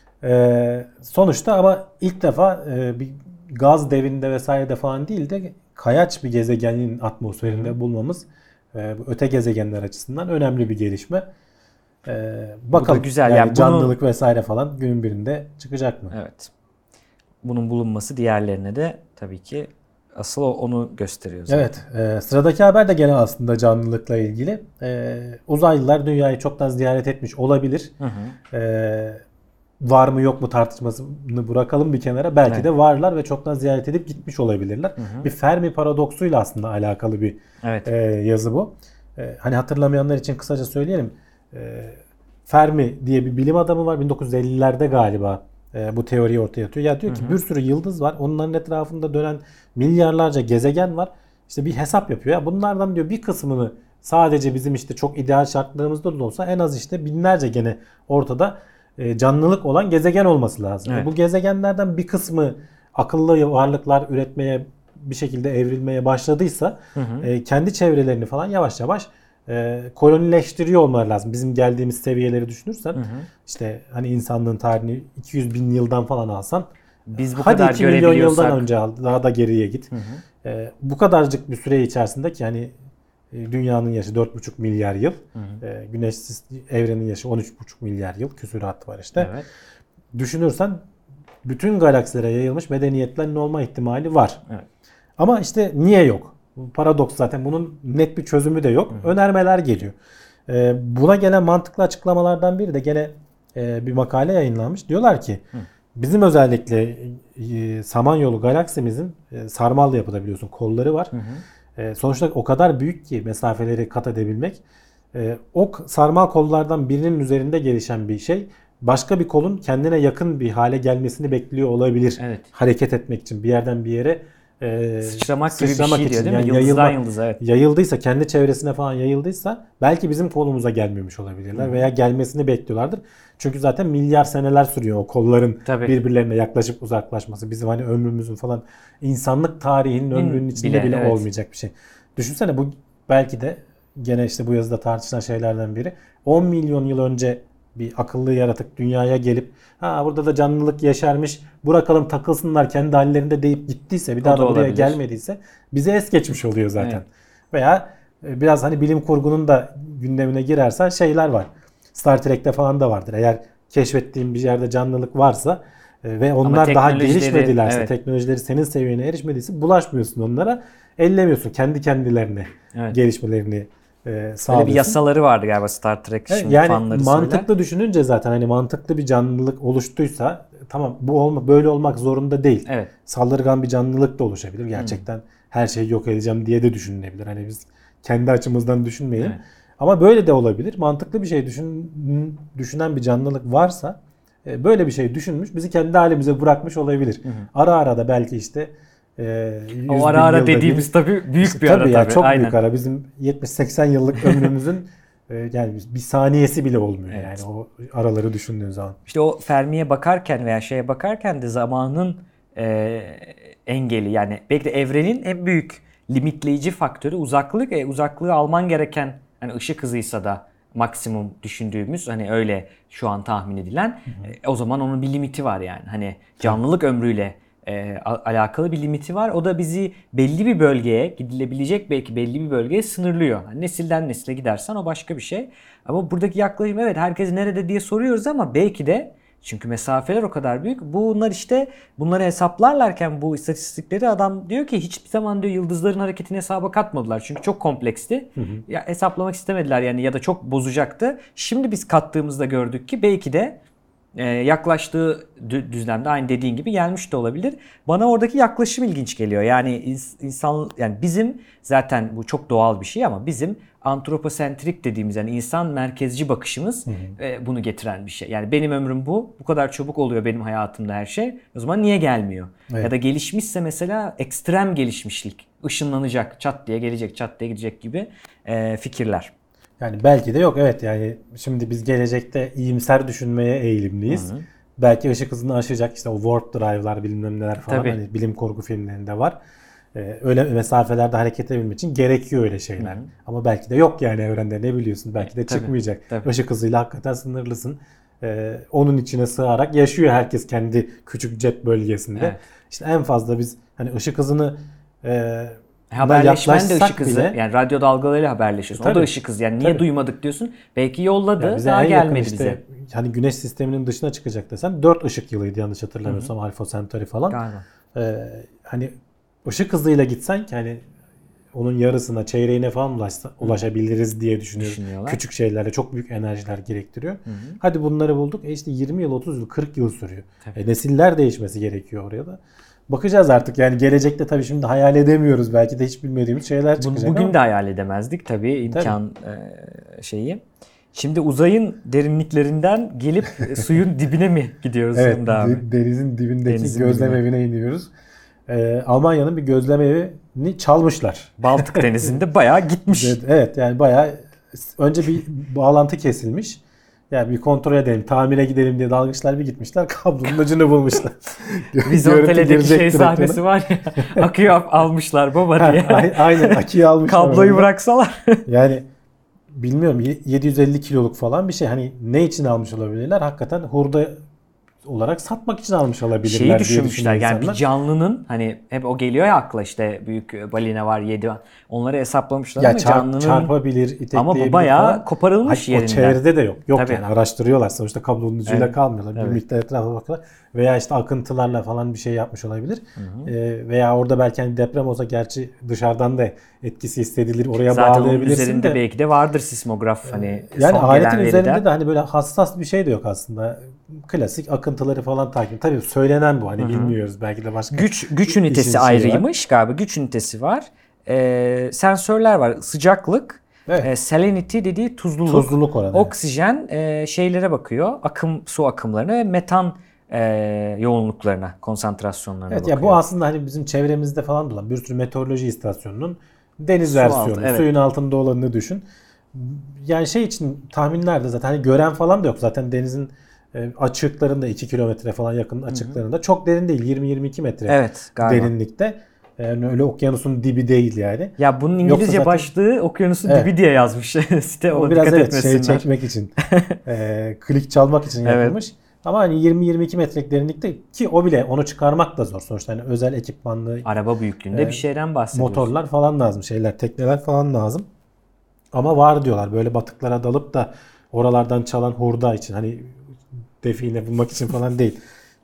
Sonuçta ama ilk defa bir gaz devinde vesairede falan değil de kayaç bir gezegenin atmosferinde bulmamız bu öte gezegenler açısından önemli bir gelişme. Bakalım güzel. yani Yani bunu- canlılık vesaire falan günün birinde çıkacak mı? Evet. Bunun bulunması diğerlerine de tabii ki asıl onu gösteriyor zaten. Evet. Sıradaki haber de gene aslında canlılıkla ilgili. Uzaylılar dünyayı çoktan ziyaret etmiş olabilir. Hı hı. Var mı yok mu tartışmasını bırakalım bir kenara. Belki Evet. de varlar ve çoktan ziyaret edip gitmiş olabilirler. Bir Fermi paradoksuyla aslında alakalı bir Evet. yazı bu. Hani hatırlamayanlar için kısaca söyleyelim. Fermi diye bir bilim adamı var. 1950'lerde galiba bu teoriyi ortaya atıyor. Ya diyor ki bir sürü yıldız var. Onların etrafında dönen milyarlarca gezegen var. İşte bir hesap yapıyor. Ya bunlardan diyor bir kısmını sadece bizim işte çok ideal şartlarımızda da olsa en az işte binlerce gene ortada canlılık olan gezegen olması lazım. Evet. Bu gezegenlerden bir kısmı akıllı varlıklar üretmeye bir şekilde evrilmeye başladıysa kendi çevrelerini falan yavaş yavaş kolonileştiriyor olmaları lazım. Bizim geldiğimiz seviyeleri düşünürsen işte hani insanlığın tarihini 200 bin yıldan falan alsan Biz bu hadi kadar 2 milyon yıldan görebiliyorsak önce al, daha da geriye git. Bu kadarcık bir süre içerisinde ki yani dünyanın yaşı 4,5 milyar yıl. Güneş evrenin yaşı 13,5 milyar yıl. Küsuratı var işte. Evet. Düşünürsen bütün galaksilere yayılmış medeniyetlerin olma ihtimali var. Evet. Ama işte niye yok? Bu paradoks zaten. Bunun net bir çözümü de yok. Önermeler geliyor. Buna gelen mantıklı açıklamalardan biri de gene bir makale yayınlanmış. Diyorlar ki bizim özellikle Samanyolu galaksimizin sarmal yapıda biliyorsun kolları var. Sonuçta o kadar büyük ki mesafeleri kat edebilmek. O sarmal kollardan birinin üzerinde gelişen bir şey başka bir kolun kendine yakın bir hale gelmesini bekliyor olabilir. Evet. Hareket etmek için bir yerden bir yere Sıçramak gibi bir şey diyor değil mi? yani Yıldızdan yıldıza, evet. yayıldıysa, kendi çevresine falan yayıldıysa belki bizim kolumuza gelmemiş olabilirler veya gelmesini bekliyorlardır. Çünkü zaten milyar seneler sürüyor o kolların Tabii. birbirlerine yaklaşıp uzaklaşması. Bizim hani ömrümüzün falan insanlık tarihinin ömrünün içinde bile evet. olmayacak bir şey. Düşünsene bu belki de gene işte bu yazıda tartışılan şeylerden biri. 10 milyon yıl önce bir akıllı yaratık dünyaya gelip burada da canlılık yaşarmış bırakalım takılsınlar kendi hallerinde deyip gittiyse bir daha da da buraya olabilir. gelmediyse bize es geçmiş oluyor zaten. Evet. Veya biraz hani bilim kurgunun da gündemine girersen şeyler var. Star Trek'te falan da vardır. Eğer keşfettiğin bir yerde canlılık varsa ve onlar daha teknolojileri, gelişmedilerse, evet. teknolojileri senin seviyene erişmediyse bulaşmıyorsun onlara. Ellemiyorsun. Kendi kendilerine Evet. gelişmelerini Böyle sağlıyorsun. bir yasaları vardı galiba Star Trek. Evet, Şimdi yani fanları mantıklı söyler. düşününce zaten hani mantıklı bir canlılık oluştuysa tamam bu böyle olmak zorunda değil. Evet. Saldırgan bir canlılık da oluşabilir. Gerçekten her şeyi yok edeceğim diye de düşünülebilir. Hani biz kendi açımızdan düşünmeyelim. Evet. Ama böyle de olabilir. Mantıklı bir şey düşünen bir canlılık varsa böyle bir şey düşünmüş. Bizi kendi halimize bırakmış olabilir. Ara ara da belki işte 100 O bin ara ara yılda bir- dediğimiz tabii büyük bir tabii ara ya, tabii. çok Aynen. büyük ara. Bizim 70-80 yıllık ömrümüzün yani bir saniyesi bile olmuyor Evet. yani o araları düşündüğün zaman. İşte o Fermi'ye bakarken veya şeye bakarken de zamanın engeli, yani belki de evrenin en büyük limitleyici faktörü uzaklık. Uzaklığı alman gereken, hani ışık hızıysa da maksimum düşündüğümüz, hani öyle şu an tahmin edilen, o zaman onun bir limiti var yani. Hani canlılık ömrüyle alakalı bir limiti var. O da bizi belli bir bölgeye, gidilebilecek belki belli bir bölgeye sınırlıyor. Hani nesilden nesile gidersen o başka bir şey. Ama buradaki yaklaşım, evet, herkes nerede diye soruyoruz ama belki de Çünkü mesafeler o kadar büyük. Bunlar işte bunları hesaplarlarken bu istatistikleri adam diyor ki hiçbir zaman diyor yıldızların hareketini hesaba katmadılar. Çünkü çok kompleksti. Ya, hesaplamak istemediler yani ya da çok bozacaktı. Şimdi biz kattığımızda gördük ki belki de yaklaştığı düzlemde aynı dediğin gibi gelmiş de olabilir. Bana oradaki yaklaşım ilginç geliyor. Yani insan yani bizim zaten bu çok doğal bir şey ama bizim antroposentrik dediğimiz yani insan merkezci bakışımız bunu getiren bir şey. Yani benim ömrüm bu kadar çabuk oluyor benim hayatımda her şey. O zaman niye gelmiyor? Evet. Ya da gelişmişse mesela ekstrem gelişmişlik, ışınlanacak, çat diye gelecek, çat diye gidecek gibi fikirler. Yani belki de yok, evet, yani şimdi biz gelecekte iyimser düşünmeye eğilimliyiz. Belki ışık hızını aşacak, işte o warp drive'lar bilmem neler falan, Tabii. hani bilim kurgu filmlerinde var. Öyle mesafelerde hareket edebilmek için gerekiyor öyle şeyler. Ama belki de yok yani evrende, ne biliyorsun, belki de Tabii, çıkmayacak. tabii. Işık hızıyla hakikaten sınırlısın. Onun içine sığarak yaşıyor herkes kendi küçük jet bölgesinde. Evet. İşte en fazla biz hani ışık hızını Haberleşmen de yaklaşsak ışık hızı. bile- Yani radyo dalgalarıyla haberleşiyorsun. O da Tabii. ışık hızı. Yani niye Tabii. duymadık diyorsun. Belki yolladı, Ya bize daha en yakın gelmedi işte, bize. hani güneş sisteminin dışına çıkacak desen 4 ışık yılıydı yanlış hatırlamıyorsam, Alpha Centauri falan. Galiba. Hani ışık hızıyla gitsen ki hani onun yarısına, çeyreğine falan ulaşabiliriz diye Düşünüyorlar. Küçük şeylerle çok büyük enerjiler gerektiriyor. Hadi bunları bulduk. İşte 20 yıl, 30 yıl, 40 yıl sürüyor. Nesiller değişmesi gerekiyor oraya da. Bakacağız artık yani gelecekte, tabii şimdi hayal edemiyoruz. Belki de hiç bilmediğimiz şeyler çıkacak Bugün ama. de hayal edemezdik tabii imkan şeyi. Şimdi uzayın derinliklerinden gelip suyun dibine mi gidiyoruz Evet, şimdi abi? denizin dibindeki Denizin gözlem dibine. evine iniyoruz. Almanya'nın bir gözlem evini çalmışlar. Baltık Denizi'nde bayağı gitmiş. Evet, yani bayağı önce bir bağlantı kesilmiş. Yani bir kontrol edelim, tamire gidelim diye dalgıçlar bir gitmişler. Kablonun ucunu bulmuşlar. Vizontele'deki girecek şey direktörüne. sahnesi var ya. Aküyü almışlar baba diye. Aynen, aküyü almışlar. Kabloyu orada. bıraksalar. Yani bilmiyorum, 750 kiloluk falan bir şey. Hani ne için almış olabilirler? Hakikaten hurda olarak satmak için almış olabilirler Şeyi diye düşünmüşler düşünüyor yani bir insanlar. canlının hani hep o geliyor ya akla, işte büyük balina var, 7 var. Onları hesaplamışlar Ya ama canlının çarpabilir, itekleyebilir ama bu bayağı falan. koparılmış Hayır, yerinden. o çevrede de yok. Yok Tabii. yani araştırıyorlar. Sonuçta kablonun ucuyla Evet. kalmıyorlar. Bir Evet. miktar etrafa bakıyorlar. Veya işte akıntılarla falan bir şey yapmış olabilir. Veya orada belki hani deprem olsa, gerçi dışarıdan da etkisi hissedilir. Oraya Zaten onun bağlayabilirsin üzerinde de. belki de vardır sismograf hani Yani son aletin gelen üzerinde veriden. de hani böyle hassas bir şey de yok aslında. Klasik akıntıları falan takip. Tabii söylenen bu. Hani bilmiyoruz. Belki de başka. Güç ünitesi şeyi var. ayrıymış galiba. Güç ünitesi var. Sensörler var. Sıcaklık, Evet. salinity dediği tuzluluk, Tuzluluk oranı. oksijen şeylere bakıyor. Su akımlarına ve metan yoğunluklarına, konsantrasyonlarına Evet, bakıyor. ya bu aslında hani bizim çevremizde falan da olan bir sürü meteoroloji istasyonunun deniz Su altı, versiyonu. evet. Suyun altında olanını düşün. Yani şey için tahminler de zaten hani gören falan da yok. Zaten denizin açıklarında 2 kilometre falan yakın açıklarında. Çok derin değil. 20-22 metre Evet, galiba. derinlikte. Yani öyle okyanusun dibi değil yani. Ya bunun Yoksa İngilizce zaten- başlığı okyanusun Evet. dibi diye yazmış site. O Ona biraz dikkat evet şey etmesinler. çekmek için, klik çalmak için Evet. yapılmış. Ama hani 20-22 metrelik derinlikte, ki o bile onu çıkarmak da zor. Sonuçta hani özel ekipmanlı Araba büyüklüğünde bir şeyden bahsediyoruz. motorlar falan lazım, şeyler, tekneler falan lazım. Ama var diyorlar, böyle batıklara dalıp da oralardan çalan hurda için, hani define bulmak için falan değil.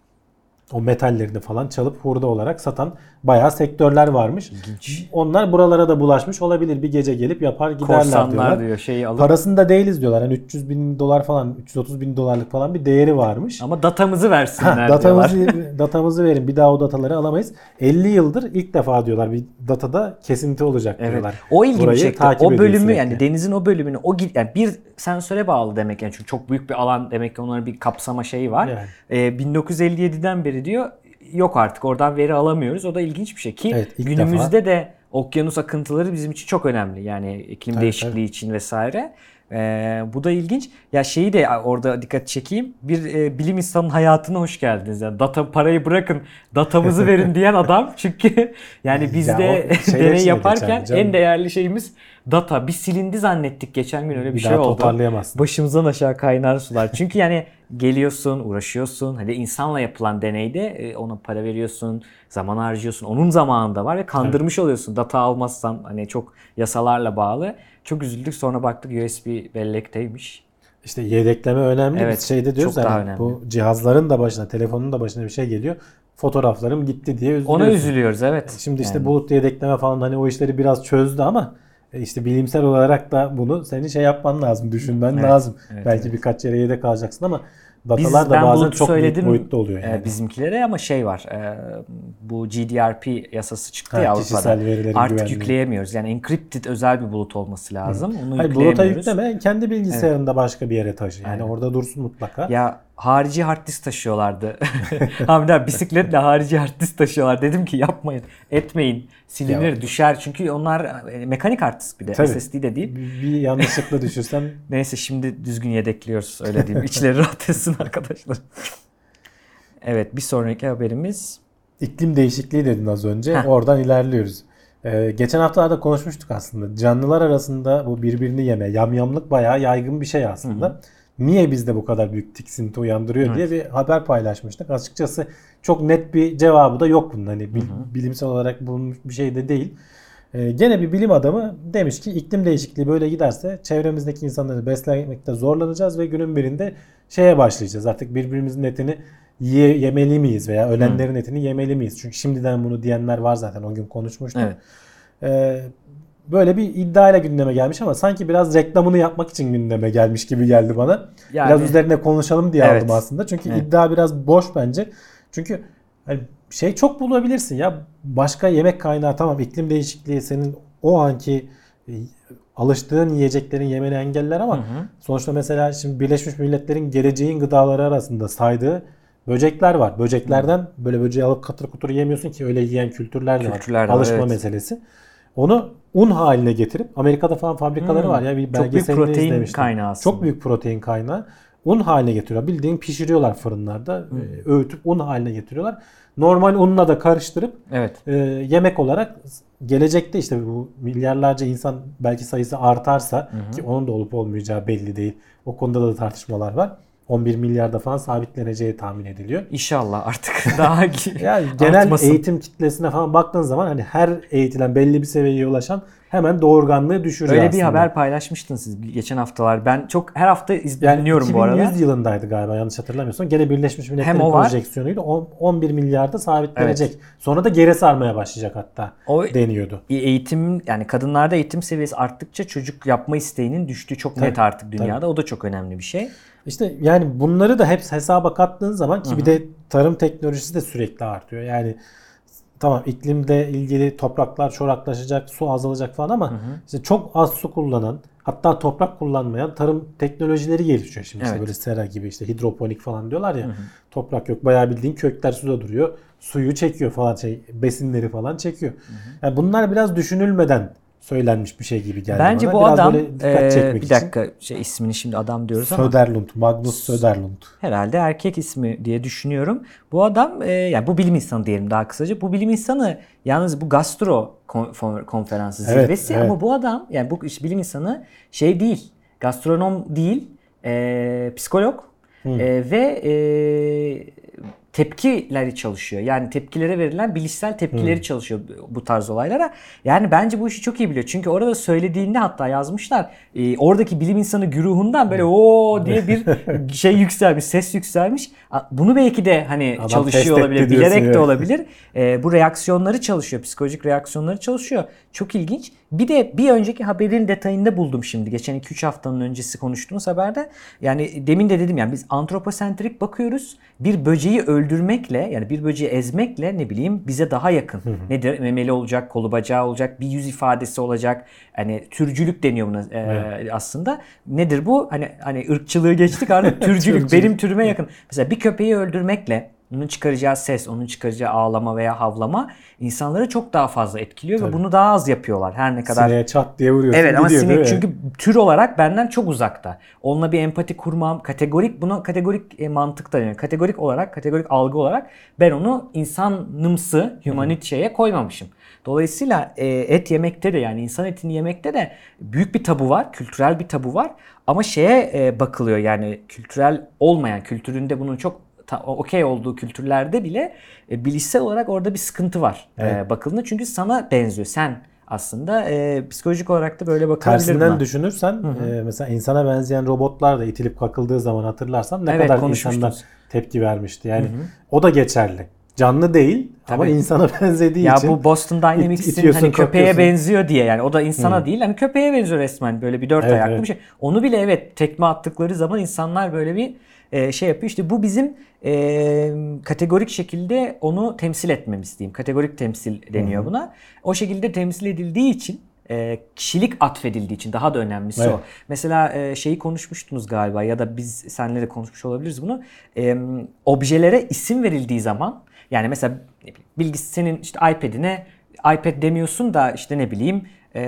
O metallerini falan çalıp hurda olarak satan bayağı sektörler varmış. İlginç. Onlar buralara da bulaşmış olabilir. Bir gece gelip yapar giderler Korsanlar diyorlar. diyor şeyi alıp. Parasında değiliz diyorlar. Hani 300 bin dolar falan, 330 bin dolarlık falan bir değeri varmış. Ama datamızı versinler diyorlar. Datamızı verin, bir daha o dataları alamayız. 50 yıldır ilk defa diyorlar bir datada kesinti olacak Evet. diyorlar. O ilgimi Burayı çekti. takip O ediyor bölümü sürekli. yani denizin o bölümünü yani bir sensöre bağlı demek yani, çünkü çok büyük bir alan demek ki, onların bir kapsama şeyi var. Yani. 1957'den beri diyor yok artık oradan veri alamıyoruz. O da ilginç bir şey ki Evet, ilk günümüzde de okyanus akıntıları bizim için çok önemli. Yani iklim Tabii, değişikliği için vesaire. Bu da ilginç. Ya şeyi de orada dikkat çekeyim. Bir bilim insanının hayatına hoş geldiniz. Yani parayı bırakın, datamızı verin diyen adam. Çünkü yani biz Ya de o şeyler deney içinde yaparken geçerli canım. en değerli şeyimiz data. Bir silindi zannettik geçen gün, öyle bir Bir şey daha oldu. toparlayamazsın. Başımızdan aşağı kaynar sular. Çünkü yani geliyorsun, uğraşıyorsun. Hadi insanla yapılan deneyde ona para veriyorsun, zaman harcıyorsun. Onun zamanında var ve kandırmış oluyorsun. Data almazsan, hani çok yasalarla bağlı. Çok üzüldük, sonra baktık USB bellekteymiş. İşte yedekleme önemli. Evet, Biz şeyde diyoruz çok daha hani önemli. bu cihazların da başına, telefonun da başına bir şey geliyor. Fotoğraflarım gitti diye üzülüyorsun. Ona üzülüyoruz, evet. Şimdi işte Yani. bulut yedekleme falan hani o işleri biraz çözdü ama işte bilimsel olarak da bunu senin şey yapman lazım, düşünmen Evet, lazım. evet, Belki evet. birkaç yere yedek kalacaksın ama datalar da Ben bazen bulutu çok büyük söyledim boyutta oluyor yani. bizimkilere ama şey var. Bu GDPR yasası çıktı Ha, ya kişisel Avrupa'da. verilerin Artık güvenliği. yükleyemiyoruz. Yani encrypted özel bir bulut olması lazım. Onu Hayır, buluta yükleyemiyoruz. yükleme, kendi bilgisayarında başka bir yere taşı. Yani Aynen. orada dursun mutlaka. Ya harici hard disk taşıyorlardı. Hamdi abi bisikletle harici hard disk taşıyorlar. Dedim ki yapmayın, etmeyin. Silinir, Ya. düşer. Çünkü onlar mekanik hard disk bir de. Tabii. SSD de değil. Bir yanlışlıkla düşürsen Neyse şimdi düzgün yedekliyoruz öyle diyeyim. İçleri rahat etsin arkadaşlar. Evet, bir sonraki haberimiz. iklim değişikliği dedin az önce. Heh. Oradan ilerliyoruz. Geçen haftalarda konuşmuştuk aslında. Canlılar arasında bu birbirini yeme, yamyamlık bayağı yaygın bir şey aslında. Niye bizde bu kadar büyük tiksinti uyandırıyor diye bir haber paylaşmıştık. Açıkçası çok net bir cevabı da yok bunun. Hani bilimsel olarak bulunmuş bir şey de değil. Gene bir bilim adamı demiş ki iklim değişikliği böyle giderse çevremizdeki insanları beslemekte zorlanacağız ve günün birinde şeye başlayacağız. Artık birbirimizin etini yemeli miyiz veya ölenlerin etini yemeli miyiz? Çünkü şimdiden bunu diyenler var zaten, o gün konuşmuştuk. Evet. Böyle bir iddiayla gündeme gelmiş ama sanki biraz reklamını yapmak için gündeme gelmiş gibi geldi bana. Yani, biraz üzerine konuşalım diye evet. aldım aslında. Çünkü Evet. iddia biraz boş bence. Çünkü hani şey çok bulabilirsin ya, başka yemek kaynağı, tamam iklim değişikliği senin o anki alıştığın yiyeceklerin yemeni engeller ama sonuçta mesela şimdi Birleşmiş Milletler'in geleceğin gıdaları arasında saydığı böcekler var. Böceklerden böyle böceği alıp katır kutur yemiyorsun ki, öyle yiyen kültürler de var. Alışma evet. meselesi. Onu un haline getirip, Amerika'da falan fabrikaları var ya, bir Çok büyük belgeselini protein izlemiştim. kaynağı aslında. Çok büyük protein kaynağı. Un haline getiriyor. Bildiğin pişiriyorlar fırınlarda. Öğütüp un haline getiriyorlar. Normal unla da karıştırıp Evet. yemek olarak gelecekte işte bu milyarlarca insan belki sayısı artarsa, ki onun da olup olmayacağı belli değil. O konuda da tartışmalar var. 11 milyarda falan sabitleneceği tahmin ediliyor. İnşallah artık daha Yani genel artmasın. eğitim kitlesine falan baktığın zaman hani her eğitilen belli bir seviyeye ulaşan hemen doğurganlığı düşürüyor Öyle aslında. bir haber paylaşmıştınız siz geçen haftalar. Ben çok her hafta Yani dinliyorum bu arada. 2100 yılındaydı galiba, yanlış hatırlamıyorsam. Gene Birleşmiş Milletler'in Hem o var. projeksiyonuydu. 11 milyarda sabitlenecek. Sonra da geri sarmaya başlayacak hatta O deniyordu. eğitim, yani kadınlarda eğitim seviyesi arttıkça çocuk yapma isteğinin düştüğü çok net artık dünyada. O da çok önemli bir şey. İşte yani bunları da hep hesaba kattığın zaman, ki bir de tarım teknolojisi de sürekli artıyor. Yani tamam, iklimle ilgili topraklar çoraklaşacak, su azalacak falan ama işte çok az su kullanan, hatta toprak kullanmayan tarım teknolojileri gelişiyor şimdi. İşte böyle sera gibi, işte hidroponik falan diyorlar ya. Toprak yok, bayağı bildiğin kökler suda duruyor. Suyu çekiyor falan, besinleri falan çekiyor. Yani bunlar biraz düşünülmeden söylenmiş bir şey gibi geldi Bence bana. bu Biraz adam böyle dikkat çekmek bir dakika ismini şimdi adam diyoruz ama Söderlund, Magnus Söderlund. herhalde erkek ismi diye düşünüyorum. Bu adam yani bu bilim insanı diyelim daha kısaca. Bu bilim insanı yalnız bu gastro konferansı zirvesi ama bu adam, yani bu bilim insanı şey değil, gastronom değil, psikolog ve tepkileri çalışıyor. Yani tepkilere verilen bilişsel tepkileri çalışıyor bu tarz olaylara. Yani bence bu işi çok iyi biliyor. Çünkü orada söylediğinde hatta yazmışlar. Oradaki bilim insanı güruhundan böyle o diye bir şey yükselmiş, ses yükselmiş. Bunu belki de hani Adam çalışıyor test olabilir, etti diyorsun bilerek de ya. olabilir. Bu reaksiyonları çalışıyor, psikolojik reaksiyonları çalışıyor. Çok ilginç. Bir de bir önceki haberin detayında buldum şimdi. Geçen 2-3 haftanın öncesi konuştuğumuz haberde. Yani demin de dedim, yani biz antroposentrik bakıyoruz. Bir böceği öldürmekle, yani bir böceği ezmekle ne bileyim bize daha yakın. Nedir? Memeli olacak, kolu bacağı olacak, bir yüz ifadesi olacak. Hani türcülük deniyor buna aslında. Nedir bu? Hani ırkçılığı geçtik artık türcülük. Benim türüme yakın. Mesela bir köpeği öldürmekle onun çıkaracağı ses, onun çıkaracağı ağlama veya havlama insanları çok daha fazla etkiliyor ve bunu daha az yapıyorlar. Her ne kadar Sineğe çat diye vuruyorsun. evet, ama gidiyor, sinek değil mi? çünkü tür olarak benden çok uzakta. Onunla bir empati kurmam, kategorik mantık da, yani kategorik algı olarak ben onu insanımsı, humanit şeye koymamışım. Dolayısıyla et yemekte de, yani insan etini yemekte de büyük bir tabu var, kültürel bir tabu var. Ama şeye bakılıyor, yani kültürel olmayan, kültüründe bunun çok okey olduğu kültürlerde bile bilişsel olarak orada bir sıkıntı var bakıldığında. Çünkü sana benziyor. Sen aslında. Psikolojik olarak da böyle bakılabilir Tersinden mi? düşünürsen mesela insana benzeyen robotlar da itilip kakıldığı zaman hatırlarsan ne kadar insanlar tepki vermişti. Yani o da geçerli. Canlı değil ama insana benzediği için. Ya bu Boston Dynamics'in hani köpeğe benziyor diye, yani o da insana değil, hani köpeğe benziyor resmen, böyle bir dört ayaklı bir şey. Onu bile tekme attıkları zaman insanlar böyle bir şey yapıyor. İşte bu bizim kategorik şekilde onu temsil etmemiz diyeyim. Kategorik temsil deniyor buna. O şekilde temsil edildiği için, kişilik atfedildiği için, daha da önemlisi o. Mesela şeyi konuşmuştunuz galiba, ya da biz seninle de konuşmuş olabiliriz bunu. Objelere isim verildiği zaman, yani mesela senin işte iPad'ine iPad demiyorsun da işte ne bileyim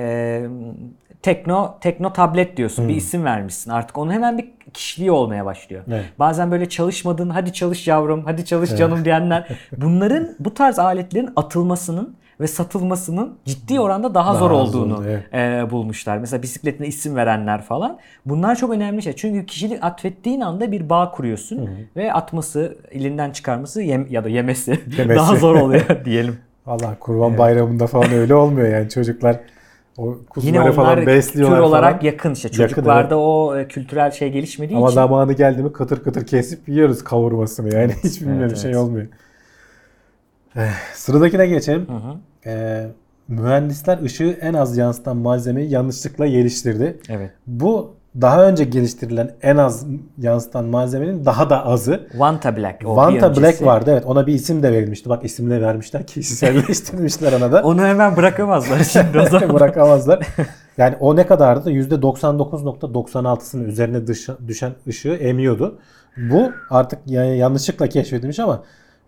Tekno tablet diyorsun. Bir isim vermişsin. Artık onun hemen bir kişiliği olmaya başlıyor. Evet. Bazen böyle çalışmadığın, hadi çalış yavrum, hadi çalış canım diyenler. Bu tarz aletlerin atılmasının ve satılmasının ciddi oranda daha zor olduğunu bulmuşlar. Mesela bisikletine isim verenler falan. Bunlar çok önemli şey. Çünkü kişilik atfettiğin anda bir bağ kuruyorsun ve atması, elinden çıkarması ya da yemesi daha zor oluyor diyelim. Vallahi Kurban Bayramı'nda falan öyle olmuyor yani, çocuklar o kuzuları falan besliyorlar tür olarak falan. yakın işte. Çocuklarda o kültürel şey gelişmediği ama için. Ama zamanı geldi mi kıtır kıtır kesip yiyoruz kavurmasını yani. Hiç bilmiyorum, şey olmuyor. Sıradakine geçelim. Mühendisler ışığı en az yansıtan malzemeyi yanlışlıkla geliştirdi. Evet. Bu daha önce geliştirilen en az yansıtan malzemenin daha da azı. Vanta Black. Vanta Black vardı, evet. Ona bir isim de verilmişti. Bak, isimle vermişler, kişiselleştirmişler ona da. Onu hemen bırakamazlar şimdi o zaman. Bırakamazlar. Yani o ne kadardı? %99.96'sının üzerine düşen ışığı emiyordu. Bu artık yanlışlıkla keşfedilmiş ama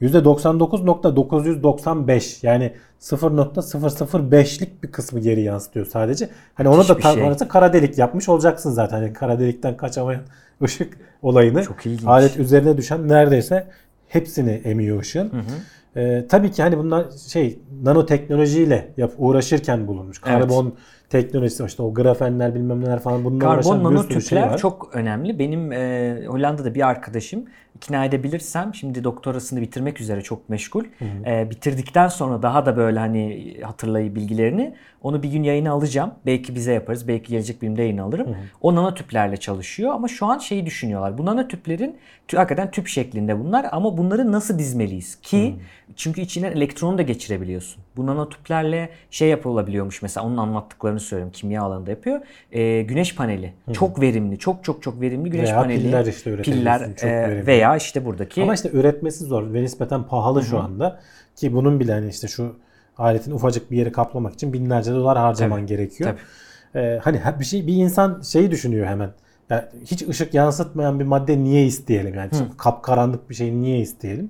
%99.995, yani 0.005'lik bir kısmı geri yansıtıyor sadece. Hani onu da tanımlarsa kara delik yapmış olacaksın zaten. Hani kara delikten kaçamayan ışık olayını, alet üzerine düşen neredeyse hepsini emiyor ışığın. Tabii ki hani bunlar nanoteknolojiyle uğraşırken bulunmuş. Karbon teknolojisi, işte o grafenler bilmem neler falan, bununla uğraşan bir sürü şey var. Nanotüpler çok önemli. Benim Hollanda'da bir arkadaşım, ikna edebilirsem, şimdi doktorasını bitirmek üzere, çok meşgul. Bitirdikten sonra daha da böyle hani hatırlayıp bilgilerini, onu bir gün yayına alacağım. Belki bize yaparız, belki Gelecek Bilim'de yayına alırım. O nanotüplerle çalışıyor ama şu an şeyi düşünüyorlar. Bu nanotüplerin hakikaten tüp şeklinde bunlar, ama bunları nasıl dizmeliyiz ki? Çünkü içinden elektronu da geçirebiliyorsun. Bu nanotüplerle şey yapılabiliyormuş, mesela onun anlattıklarını söylüyorum. Kimya alanında yapıyor. Güneş paneli. Çok verimli. Çok verimli güneş paneli. Piller işte üretebilirsin. Veya işte buradaki. Ama işte üretmesi zor ve nispeten pahalı şu anda. Ki bunun bile hani işte şu aletin ufacık bir yeri kaplamak için binlerce dolar harcaman gerekiyor. Hani bir insan şeyi düşünüyor hemen. Yani hiç ışık yansıtmayan bir madde niye isteyelim? Yani kapkaranlık bir şey niye isteyelim?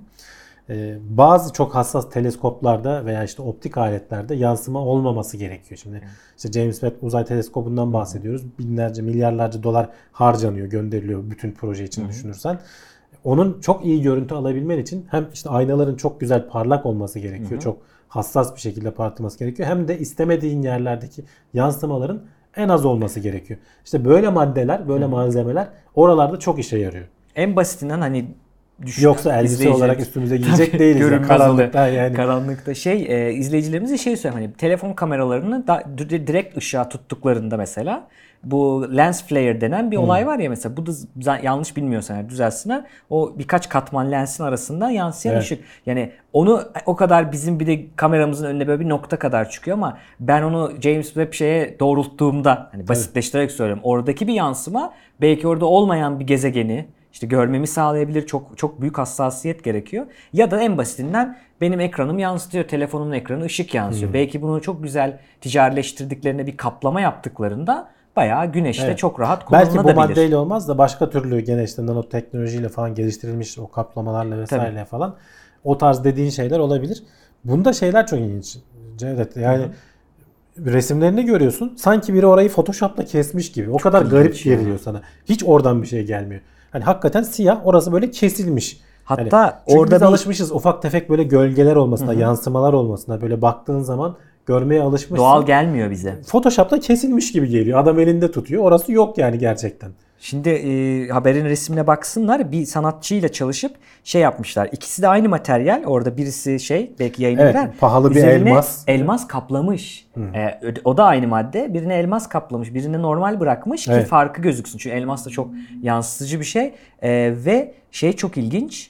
Bazı çok hassas teleskoplarda veya işte optik aletlerde yansıma olmaması gerekiyor. Şimdi işte James Webb Uzay Teleskobu'ndan bahsediyoruz. Binlerce, milyarlarca dolar harcanıyor, gönderiliyor bütün proje için düşünürsen. Onun çok iyi görüntü alabilmen için hem işte aynaların çok güzel parlak olması gerekiyor. Çok hassas bir şekilde parlatılması gerekiyor. Hem de istemediğin yerlerdeki yansımaların en az olması gerekiyor. İşte böyle maddeler, böyle malzemeler oralarda çok işe yarıyor. En basitinden hani yoksa elbise olarak üstümüze giyecek değiliz. Görünmez karanlıkta yani. Karanlıkta izleyicilerimize şey söyleyeyim, hani telefon kameralarını direkt ışığa tuttuklarında mesela bu lens flare denen bir olay var ya mesela, bu da yanlış bilmiyorsan yani düzelsinler, o birkaç katman lensin arasından yansıyan ışık. Yani onu o kadar, bizim bir de kameramızın önünde böyle bir nokta kadar çıkıyor ama ben onu James Webb şeye doğrulttuğumda, hani basitleştirerek söylüyorum, oradaki bir yansıma belki orada olmayan bir gezegeni İşte görmemi sağlayabilir. Çok büyük hassasiyet gerekiyor. Ya da en basitinden benim ekranım yansıtıyor. Telefonumun ekranı ışık yansıyor. Belki bunu çok güzel ticarileştirdiklerinde, bir kaplama yaptıklarında bayağı güneşte çok rahat kullanılabilir. Belki bu maddeyle olmaz da başka türlü gene işte nanoteknolojiyle falan geliştirilmiş o kaplamalarla vesaireyle falan o tarz dediğin şeyler olabilir. Bunda şeyler çok ilginç Cevdet. Yani resimlerini görüyorsun. Sanki biri orayı Photoshop'la kesmiş gibi. O kadar garip geliyor sana. Hiç oradan bir şey gelmiyor. Hani hakikaten siyah, orası böyle kesilmiş. Hatta yani orada biz alışmışız ufak tefek böyle gölgeler olmasına, yansımalar olmasına, böyle baktığın zaman görmeye alışmışsın. Doğal gelmiyor bize. Photoshop'ta kesilmiş gibi geliyor. Adam elinde tutuyor. Orası yok yani gerçekten. Şimdi haberin resmine baksınlar. Bir sanatçıyla çalışıp şey yapmışlar. İkisi de aynı materyal. Orada birisi belki yayına Evet, girer. pahalı bir Üzerine elmas. elmas kaplamış. O da aynı madde. Birine elmas kaplamış. Birine normal bırakmış ki farkı gözüksün. Çünkü elmas da çok yansıtıcı bir şey. Ve çok ilginç.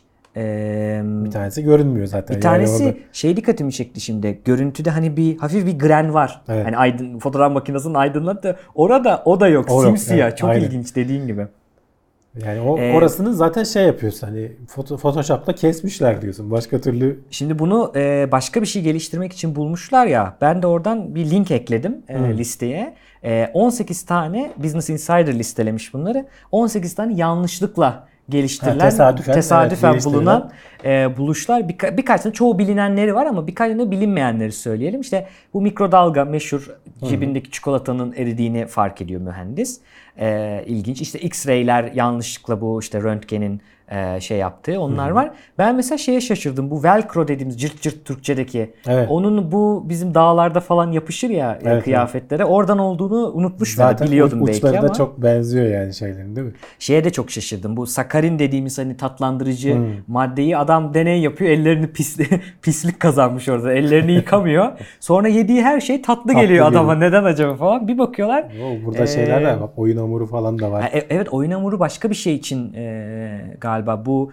Bir tanesi görünmüyor zaten. Bir tanesi orada. dikkatimi çekti şimdi. Görüntüde hani bir hafif bir gren var. Evet. Hani fotoğraf makinesinin aydınlattığı. Orada o da yok. O yok, Simsiyah. evet, çok aynen. ilginç dediğin gibi. Yani orasını zaten yapıyorsun. Hani Photoshop'la kesmişler diyorsun. Başka türlü. Şimdi bunu başka bir şey geliştirmek için bulmuşlar ya. Ben de oradan bir link ekledim listeye. 18 tane Business Insider listelemiş bunları. 18 tane yanlışlıkla geliştirilen, tesadüfen bulunan buluşlar. Birkaç tane çoğu bilinenleri var ama birkaç tane bilinmeyenleri söyleyelim. İşte bu mikrodalga meşhur, cebindeki çikolatanın eridiğini fark ediyor mühendis. İlginç. İşte X-ray'ler yanlışlıkla bu işte röntgenin yaptığı onlar var. Ben mesela şaşırdım. Bu velcro dediğimiz cırt cırt Türkçedeki. Evet. Onun bu bizim dağlarda falan yapışır ya kıyafetlere. Evet. Oradan olduğunu unutmuşlar. Zaten biliyordum belki ama. Uçları da çok benziyor yani şeylerin, değil mi? De çok şaşırdım. Bu sakarin dediğimiz hani tatlandırıcı maddeyi adam deney yapıyor. Ellerini pislik kazanmış orada. Ellerini yıkamıyor. Sonra yediği her şey tatlı geliyor adama. Neden acaba falan. Bir bakıyorlar. Burada şeyler var. Bak, oyun hamuru falan da var. Evet, oyun hamuru başka bir şey için galiba bu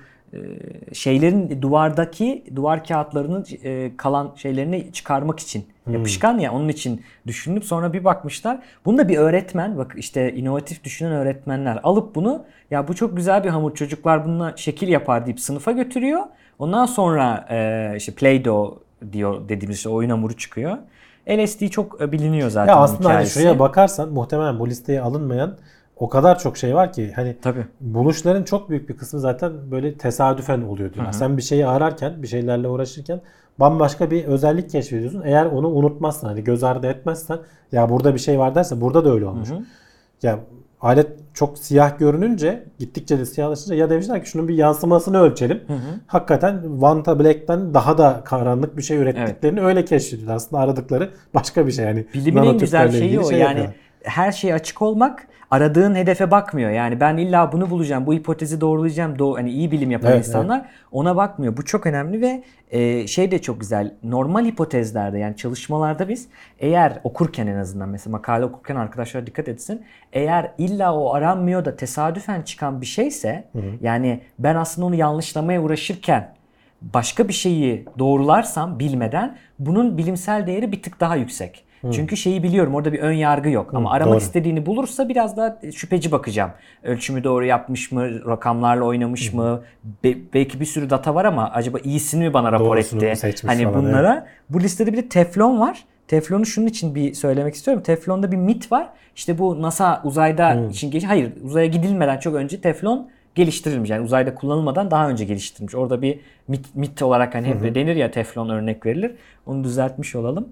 şeylerin duvar kağıtlarının kalan şeylerini çıkarmak için yapışkan ya, onun için düşünüp sonra bir bakmışlar. Bunu da bir öğretmen, bak işte inovatif düşünen öğretmenler alıp bunu, ya bu çok güzel bir hamur, çocuklar bununla şekil yapar deyip sınıfa götürüyor. Ondan sonra işte Play-Doh diyor dediğimiz işte oyun hamuru çıkıyor. LSD çok biliniyor zaten. Ya aslında hani şuraya bakarsan muhtemelen bu listeye alınmayan o kadar çok şey var ki hani buluşların çok büyük bir kısmı zaten böyle tesadüfen oluyor diyorlar. Sen bir şeyi ararken, bir şeylerle uğraşırken bambaşka bir özellik keşfediyorsun. Eğer onu unutmazsan, hani göz ardı etmezsen, ya burada bir şey var dersen, burada da öyle olmuş. Ya alet çok siyah görününce, gittikçe de siyahlaşınca ya demişler ki şunun bir yansımasını ölçelim. Hakikaten Vanta Black'ten daha da karanlık bir şey ürettiklerini öyle keşfediyorlar. Aslında aradıkları başka bir şey yani. Bilimin en güzel şeyi o. Yani her şeye açık olmak, aradığın hedefe bakmıyor. Yani ben illa bunu bulacağım, bu hipotezi doğrulayacağım. Hani iyi bilim yapan insanlar ona bakmıyor. Bu çok önemli ve de çok güzel. Normal hipotezlerde, yani çalışmalarda biz eğer okurken, en azından mesela makale okurken arkadaşlar dikkat etsin. Eğer illa o aranmıyor da tesadüfen çıkan bir şeyse, yani ben aslında onu yanlışlamaya uğraşırken başka bir şeyi doğrularsam bilmeden, bunun bilimsel değeri bir tık daha yüksek. Çünkü biliyorum, orada bir ön yargı yok. Ama aramak istediğini bulursa biraz daha şüpheci bakacağım. Ölçümü doğru yapmış mı? Rakamlarla oynamış mı? Belki bir sürü data var ama acaba iyisini mi bana rapor etti? Hani falan, bunlara. Bu listede bir de teflon var. Teflonu şunun için bir söylemek istiyorum. Teflonda bir mit var. İşte bu NASA uzayda için hayır, uzaya gidilmeden çok önce teflon geliştirilmiş. Yani uzayda kullanılmadan daha önce geliştirilmiş. Orada bir mit olarak hani hep denir ya, teflon örnek verilir. Onu düzeltmiş olalım.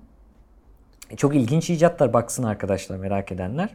Çok ilginç icatlar, baksın arkadaşlar, merak edenler.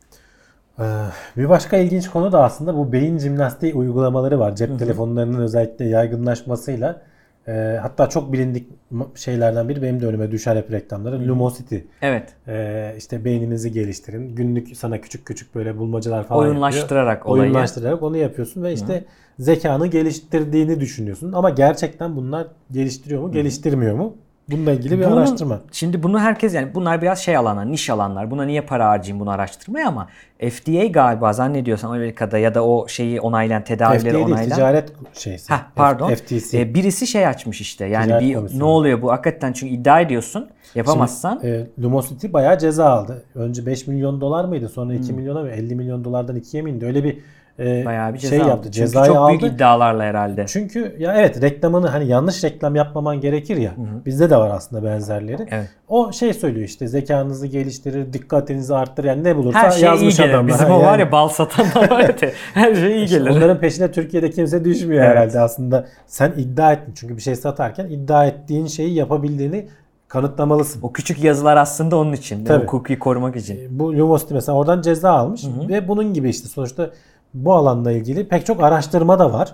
Bir başka ilginç konu da aslında bu beyin jimnastiği uygulamaları var. Cep telefonlarının özellikle yaygınlaşmasıyla. Hatta çok bilindik şeylerden biri, benim de önüme düşer hep reklamları. Lumosity. Evet. İşte beyninizi geliştirin. Günlük sana küçük küçük böyle bulmacalar falan oyunlaştırarak olayı. Oyunlaştırarak onu yapıyorsun ve işte zekanı geliştirdiğini düşünüyorsun. Ama gerçekten bunlar geliştiriyor mu, geliştirmiyor mu? Bununla ilgili bir araştırma. Şimdi bunu herkes, yani bunlar biraz alanlar, niş alanlar. Buna niye para harcayayım bunu araştırmaya, ama FDA galiba zannediyorsam Amerika'da ya da o onaylayan, tedavileri onaylayan. FDA ticaret şeysi. Pardon. FTC. Birisi açmış işte. Yani ne oluyor bu? Hakikaten, çünkü iddia ediyorsun. Yapamazsan. Şimdi, Lumosity bayağı ceza aldı. Önce 5 milyon dolar mıydı? Sonra 2 milyona mı? 50 milyon dolardan 2'ye mi indi? Öyle bir bayağı bir ceza yaptı. Cezayı çok aldı. büyük iddialarla herhalde. Çünkü ya evet, reklamını, hani yanlış reklam yapmaman gerekir ya. Bizde de var aslında benzerleri. Evet. O söylüyor işte, zekanızı geliştirir, dikkatinizi arttırır. Yani ne bulursa her şey yazmış iyi gelir. adamlar. Bizim o var ya, bal satanlar var ya. Her şey iyi gelir. Onların peşine Türkiye'de kimse düşmüyor herhalde aslında. Sen iddia ettin. Çünkü bir şey satarken iddia ettiğin şeyi yapabildiğini kanıtlamalısın. O küçük yazılar aslında onun için. O hukuki korumak için. Bu Lumosity mesela oradan ceza almış ve bunun gibi işte sonuçta bu alanla ilgili pek çok araştırma da var.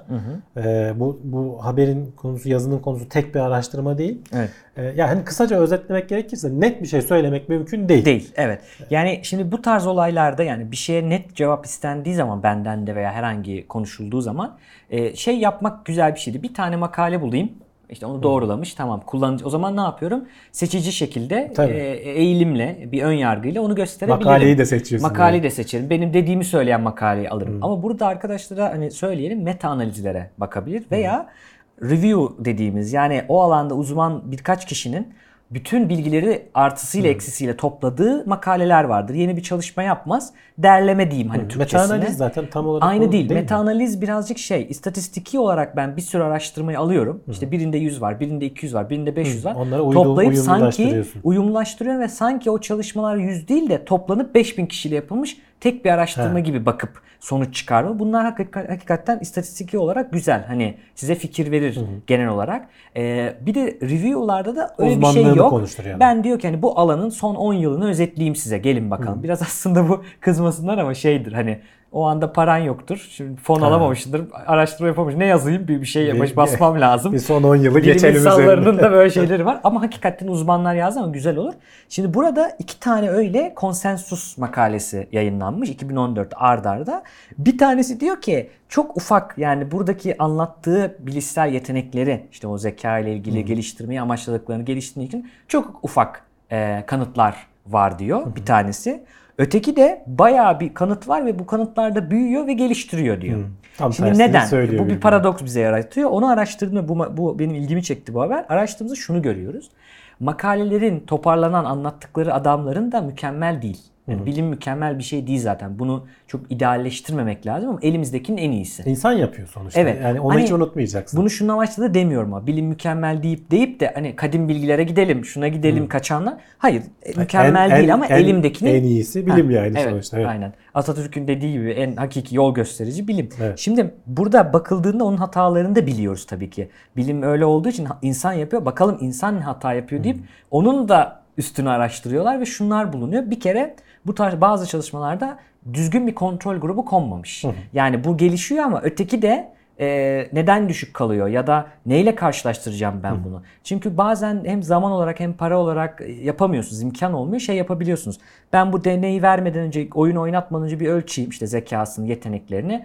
Bu haberin konusu, yazının konusu tek bir araştırma değil. Evet. Yani kısaca özetlemek gerekirse net bir şey söylemek mümkün değil. Değil, evet. Yani şimdi bu tarz olaylarda yani bir şeye net cevap istendiği zaman benden de veya herhangi konuşulduğu zaman şey yapmak güzel bir şeydi. Bir tane makale bulayım. İşte onu doğrulamış. Tamam, kullanıcı. O zaman ne yapıyorum? Seçici şekilde eğilimle, bir ön yargıyla onu gösterebilirim. Makaleyi de seçiyorsun. Makaleyi de seçerim. Benim dediğimi söyleyen makaleyi alırım. Ama burada arkadaşlara hani söyleyelim, meta analizlere bakabilir veya review dediğimiz, yani o alanda uzman birkaç kişinin bütün bilgileri artısıyla eksisiyle topladığı makaleler vardır. Yeni bir çalışma yapmaz. Derleme diyeyim hani Türkçesine. Meta-analiz zaten tam olarak aynı değil. mi? Meta-analiz birazcık istatistiki olarak ben bir sürü araştırmayı alıyorum. İşte birinde 100 var, birinde 200 var, birinde 500 var. Onları toplayıp sanki uyumlaştırıyorsun. uyumlaştırıyorum ve sanki o çalışmalar 100 değil de toplanıp 5000 kişiyle yapılmış tek bir araştırma gibi bakıp sonuç çıkarma. Bunlar hakikaten istatistiki olarak güzel. Hani size fikir verir genel olarak. Bir de review'larda da öyle bir şey yok. Yani. Ben diyor ki hani bu alanın son 10 yılını özetleyeyim size. Gelin bakalım. Biraz aslında bu kızmasınlar ama şeydir hani o anda paran yoktur. Şimdi fon alamamışsındır. Araştırma yapamış. Ne yazayım? Bir şey basmam lazım. Bir son 10 yılı Bilim geçelim insanlarının üzerinde. da böyle şeyleri var. Ama hakikaten uzmanlar yazdı ama güzel olur. Şimdi burada 2 tane öyle konsensus makalesi yayınlanmış 2014 ard arda. Bir tanesi diyor ki çok ufak, yani buradaki anlattığı bilişsel yetenekleri, işte o zeka ile ilgili geliştirmeyi amaçladıklarını geliştirmek için çok ufak kanıtlar var diyor bir tanesi. Öteki de bayağı bir kanıt var ve bu kanıtlar da büyüyor ve geliştiriyor diyor. Şimdi neden? Bu bir paradoks bize yaratıyor. Onu araştırdığımda bu benim ilgimi çekti bu haber. Araştırdığımızda şunu görüyoruz. Makalelerin toparlanan anlattıkları adamların da mükemmel değil. Yani bilim mükemmel bir şey değil zaten. Bunu çok idealleştirmemek lazım ama elimizdekinin en iyisi. İnsan yapıyor sonuçta. Evet. Yani onu hani hiç unutmayacaksın. Bunu şunun amaçla da demiyorum ama bilim mükemmel deyip de hani kadim bilgilere gidelim, şuna gidelim kaçanlar. Hayır, mükemmel değil ama elimdekinin en iyisi bilim yani evet, sonuçta. Evet. Aynen. Atatürk'ün dediği gibi en hakiki yol gösterici bilim. Evet. Şimdi burada bakıldığında onun hatalarını da biliyoruz tabii ki. Bilim öyle olduğu için insan yapıyor. Bakalım insan ne hata yapıyor deyip onun da üstünü araştırıyorlar ve şunlar bulunuyor. Bir kere bu tarz bazı çalışmalarda düzgün bir kontrol grubu konmamış. Yani bu gelişiyor ama öteki de neden düşük kalıyor ya da neyle karşılaştıracağım ben bunu? Çünkü bazen hem zaman olarak hem para olarak yapamıyorsunuz. İmkan olmuyor. Şey yapabiliyorsunuz. Ben bu deneyi vermeden önce, oyun oynatmadan önce bir ölçeyim işte zekasını, yeteneklerini.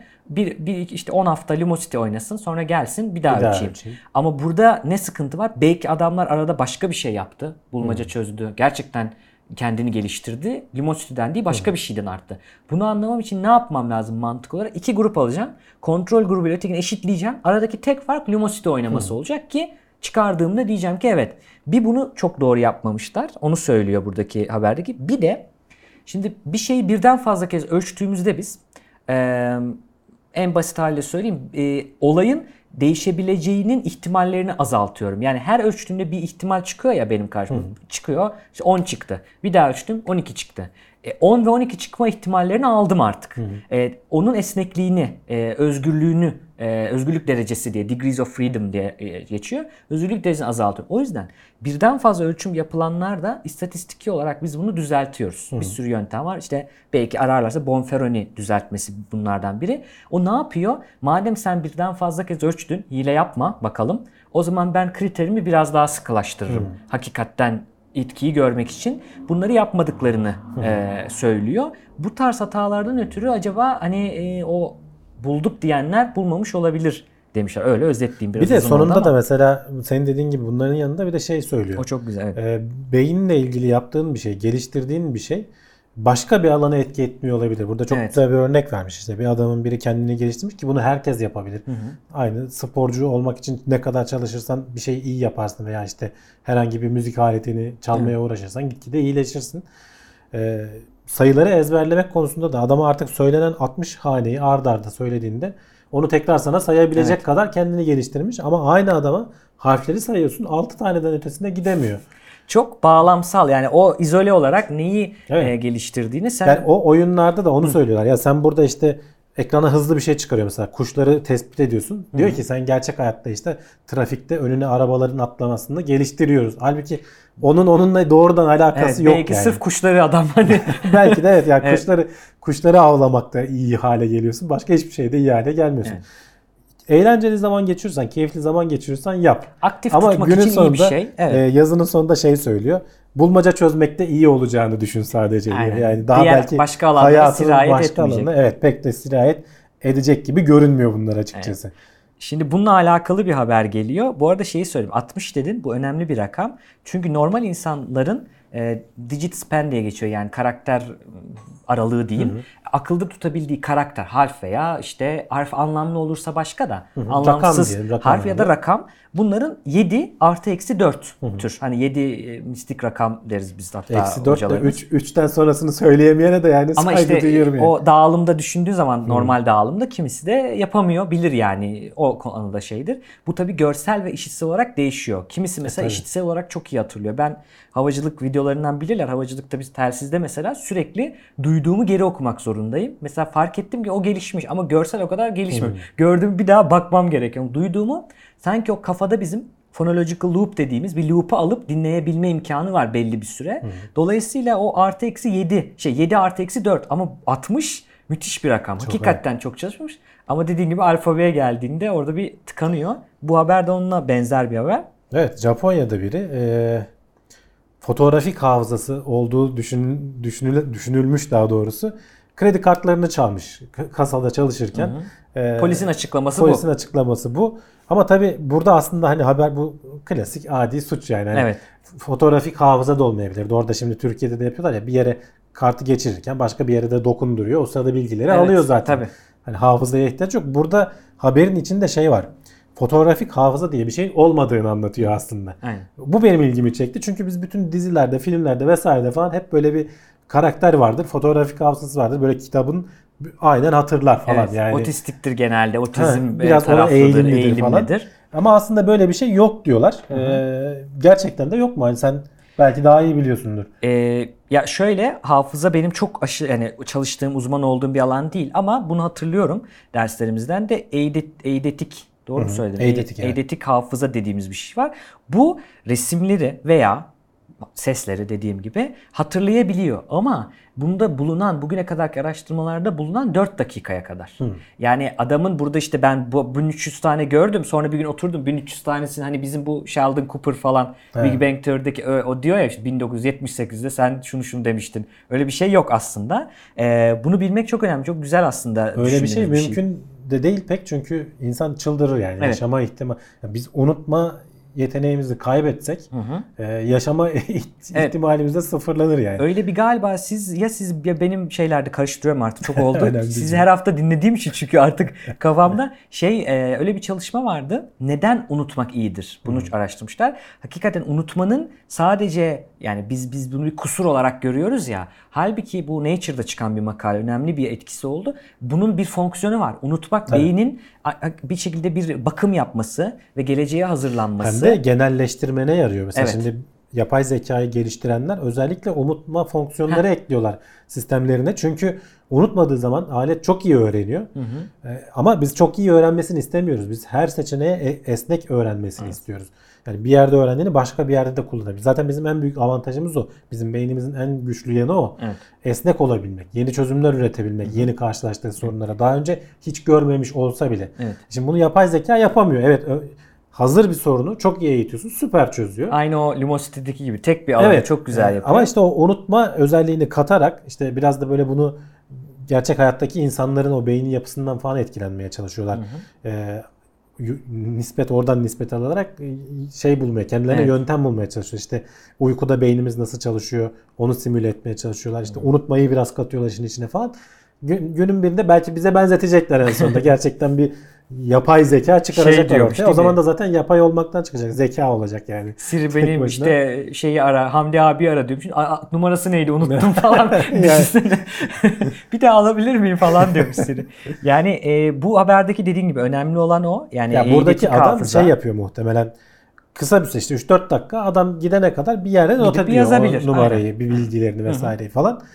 İşte 10 hafta Lumosity oynasın, sonra gelsin bir daha ölçeyim. Ama burada ne sıkıntı var? Belki adamlar arada başka bir şey yaptı. Bulmaca çözdü. Gerçekten kendini geliştirdi. Lumosity'den değil başka bir şeyden arttı. Bunu anlamam için ne yapmam lazım mantık olarak? 2 grup alacağım. Kontrol grubuyla ötekini eşitleyeceğim. Aradaki tek fark Lumosity oynaması olacak ki çıkardığımda diyeceğim ki evet. Bir bunu çok doğru yapmamışlar. Onu söylüyor buradaki haberdeki. Bir de şimdi bir şeyi birden fazla kez ölçtüğümüzde biz en basit haliyle söyleyeyim. Olayın değişebileceğinin ihtimallerini azaltıyorum. Yani her ölçtüğümde bir ihtimal çıkıyor ya benim karşıma. Çıkıyor. İşte 10 çıktı. Bir daha ölçtüm 12 çıktı. 10 ve 12 çıkma ihtimallerini aldım artık. Onun esnekliğini, özgürlüğünü, özgürlük derecesi diye, degrees of freedom diye geçiyor. Özgürlük derecesini azaltıyorum. O yüzden birden fazla ölçüm yapılanlarda istatistiki olarak biz bunu düzeltiyoruz. Bir sürü yöntem var. İşte belki ararlarsa Bonferroni düzeltmesi bunlardan biri. O ne yapıyor? Madem sen birden fazla kez ölçtün, hile yapma bakalım. O zaman ben kriterimi biraz daha sıkılaştırırım. Hakikaten etkiyi görmek için bunları yapmadıklarını söylüyor. Bu tarz hatalardan ötürü acaba hani o bulduk diyenler bulmamış olabilir demişler. Öyle özetleyeyim biraz. Bir de sonunda da mesela senin dediğin gibi bunların yanında bir de şey söylüyor. O çok güzel. Evet. Beyinle ilgili yaptığın bir şey, geliştirdiğin bir şey başka bir alana etki etmiyor olabilir. Burada çok güzel bir örnek vermiş. İşte bir adamın biri kendini geliştirmiş ki bunu herkes yapabilir. Aynı sporcu olmak için ne kadar çalışırsan bir şey iyi yaparsın veya işte herhangi bir müzik aletini çalmaya uğraşırsan gitgide iyileşirsin. Sayıları ezberlemek konusunda da adama artık söylenen 60 haneyi ard arda söylediğinde onu tekrar sana sayabilecek kadar kendini geliştirmiş. Ama aynı adama harfleri sayıyorsun 6 taneden ötesine gidemiyor. Çok bağlamsal, yani o izole olarak neyi geliştirdiğini sen... Yani o oyunlarda da onu söylüyorlar. Ya sen burada işte ekrana hızlı bir şey çıkarıyor mesela. Kuşları tespit ediyorsun. Diyor ki sen gerçek hayatta işte trafikte önüne arabaların atlamasını geliştiriyoruz. Halbuki onunla doğrudan alakası yok belki yani. sırf kuşları adam hani Belki de evet yani Evet. kuşları avlamakta iyi hale geliyorsun. Başka hiçbir şeyde iyi hale gelmiyorsun. Evet. Eğlenceli zaman geçirirsen, keyifli zaman geçirirsen yap. aktif Ama tutmak günün için iyi sonunda bir şey. Evet. yazının sonunda şey söylüyor. Bulmaca çözmekte iyi olacağını düşün sadece diyor. Aynen. Yani daha Diğer belki başka alanlara hayatının sirayet başka etmeyecek. alanına evet pek de sirayet edecek gibi görünmüyor bunlar açıkçası. Şimdi bununla alakalı bir haber geliyor. Bu arada şeyi söyleyeyim. 60 dedin. Bu önemli bir rakam. Çünkü normal insanların digit span diye geçiyor. Yani karakter aralığı diyeyim. Akılda tutabildiği karakter, harf veya işte harf anlamlı olursa başka da anlamsız Rakam diyelim, rakam harf ya da yani. rakam. Bunların 7 artı eksi 4 tür. Hani 7 mistik rakam deriz biz hatta Eksi 4 de hocalarımız. 3'ten sonrasını söyleyemeyene de yani Ama saygı işte duyuyorum yani. o dağılımda düşündüğü zaman normal dağılımda kimisi de yapamıyor, bilir yani o konuda şeydir. Bu tabii görsel ve işitsel olarak değişiyor. Kimisi mesela tabii. işitsel olarak çok iyi hatırlıyor. Ben havacılık videolarından bilirler. Havacılıkta biz telsizde mesela sürekli duyduğumu geri okumak zorundayım. Mesela fark ettim ki o gelişmiş ama görsel o kadar gelişmemiş. Gördüğümü bir daha bakmam gerekiyor. Duyduğumu sanki o kafada bizim phonological loop dediğimiz bir loop'u alıp dinleyebilme imkanı var belli bir süre. Dolayısıyla o artı eksi 7 7 artı eksi 4 ama 60 müthiş bir rakam. Hakikaten çok çalışmış. Ama dediğin gibi alfabeye geldiğinde orada bir tıkanıyor. Bu haber de onunla benzer bir haber. Evet, Japonya'da biri fotoğrafik hafızası olduğu düşünülmüş daha doğrusu. Kredi kartlarını çalmış kasada çalışırken. Polisin açıklaması Polisin bu. açıklaması bu. Ama tabii burada aslında hani haber bu klasik adi suç yani. Hani Evet. fotoğrafik hafıza da olmayabilirdi. Orada şimdi Türkiye'de de yapıyorlar ya bir yere kartı geçirirken başka bir yere de dokunduruyor. O sırada bilgileri Evet, alıyor zaten. tabii. Hani hafızaya ihtiyaç yok. Burada haberin içinde şey var. Fotoğrafik hafıza diye bir şey olmadığını anlatıyor aslında. Aynen. Bu benim ilgimi çekti. Çünkü biz bütün dizilerde, filmlerde vesairede falan hep böyle bir karakter vardır. Fotoğrafik hafızası vardır. Böyle kitabın aynen hatırlar falan Evet, yani. otistiktir genelde. Otizm Biraz ona taraflıdır, eğilimlidir falan. eğilimlidir. Ama aslında böyle bir şey yok diyorlar. Gerçekten de yok mu? Hani sen belki daha iyi biliyorsundur. Ya şöyle hafıza benim çok aşırı yani çalıştığım uzman olduğum bir alan değil ama bunu hatırlıyorum derslerimizden de eidetik doğru mu söyledim? Eidetik, evet. Eidetik hafıza dediğimiz bir şey var. Bu resimleri veya sesleri dediğim gibi hatırlayabiliyor ama bunda bulunan bugüne kadarki araştırmalarda bulunan 4 dakikaya kadar. Yani adamın burada işte ben bu 1300 tane gördüm sonra bir gün oturdum 1300 tanesini hani bizim bu Sheldon Cooper falan Big Bang Theory'deki o diyor ya işte 1978'de sen şunu demiştin. Öyle bir şey yok aslında. Bunu bilmek çok önemli. Çok güzel aslında. Öyle bir şey düşündüğümüz mümkün de değil pek çünkü insan çıldırır yani. Evet. Yaşama ihtimali. Biz unutma yeteneğimizi kaybetsek yaşama ihtimalimiz de sıfırlanır yani. Öyle bir galiba siz ya benim şeylerde karıştırıyorum artık çok oldu. Önemli Sizi değil. her hafta dinlediğim için çünkü artık kafamda öyle bir çalışma vardı. Neden unutmak iyidir? Bunu araştırmışlar. Hakikaten unutmanın sadece yani biz bunu bir kusur olarak görüyoruz ya. Halbuki bu Nature'da çıkan bir makale önemli bir etkisi oldu. Bunun bir fonksiyonu var. Unutmak beynin bir şekilde bir bakım yapması ve geleceğe hazırlanması. Hem de genelleştirmene yarıyor. Mesela Evet. şimdi yapay zekayı geliştirenler özellikle unutma fonksiyonları ekliyorlar sistemlerine. Çünkü unutmadığı zaman alet çok iyi öğreniyor. Ama biz çok iyi öğrenmesini istemiyoruz. Biz her seçeneğe esnek öğrenmesini istiyoruz. Yani bir yerde öğrendiğini başka bir yerde de kullanabilir. Zaten bizim en büyük avantajımız o. Bizim beynimizin en güçlü yanı o. Evet. Esnek olabilmek, yeni çözümler üretebilmek, yeni karşılaştığı sorunlara daha önce hiç görmemiş olsa bile. Evet. Şimdi bunu yapay zeka yapamıyor. Evet, hazır bir sorunu çok iyi eğitiyorsun, süper çözüyor. Aynı o Lumosity'deki gibi tek bir alanda çok güzel yapıyor. Ama işte o unutma özelliğini katarak işte biraz da böyle bunu gerçek hayattaki insanların o beynin yapısından falan etkilenmeye çalışıyorlar. Oradan nispet alarak şey bulmaya, kendilerine yöntem bulmaya çalışıyor. İşte uykuda beynimiz nasıl çalışıyor, onu simüle etmeye çalışıyorlar. İşte unutmayı biraz katıyorlar işin içine falan. Günün birinde belki bize benzetecekler en sonunda. Gerçekten bir yapay zeka çıkaracaklar diyormuş, ortaya. değil O zaman mi? da zaten yapay olmaktan çıkacak. Zeka olacak yani. Siri Tek benim başına. işte şeyi ara, Hamdi abi ara diyorum. Şimdi, numarası neydi unuttum falan. Düşünsene. Bir daha alabilir miyim falan diyormuş Siri. Yani bu haberdeki dediğin gibi önemli olan o. Yani Ya buradaki eidetik adam hafıza. şey yapıyor muhtemelen. Kısa bir süre işte 3-4 dakika adam gidene kadar bir yere not Gidip ediyor yazabilir. o numarayı, Aynen. bir bilgilerini vesaireyi falan.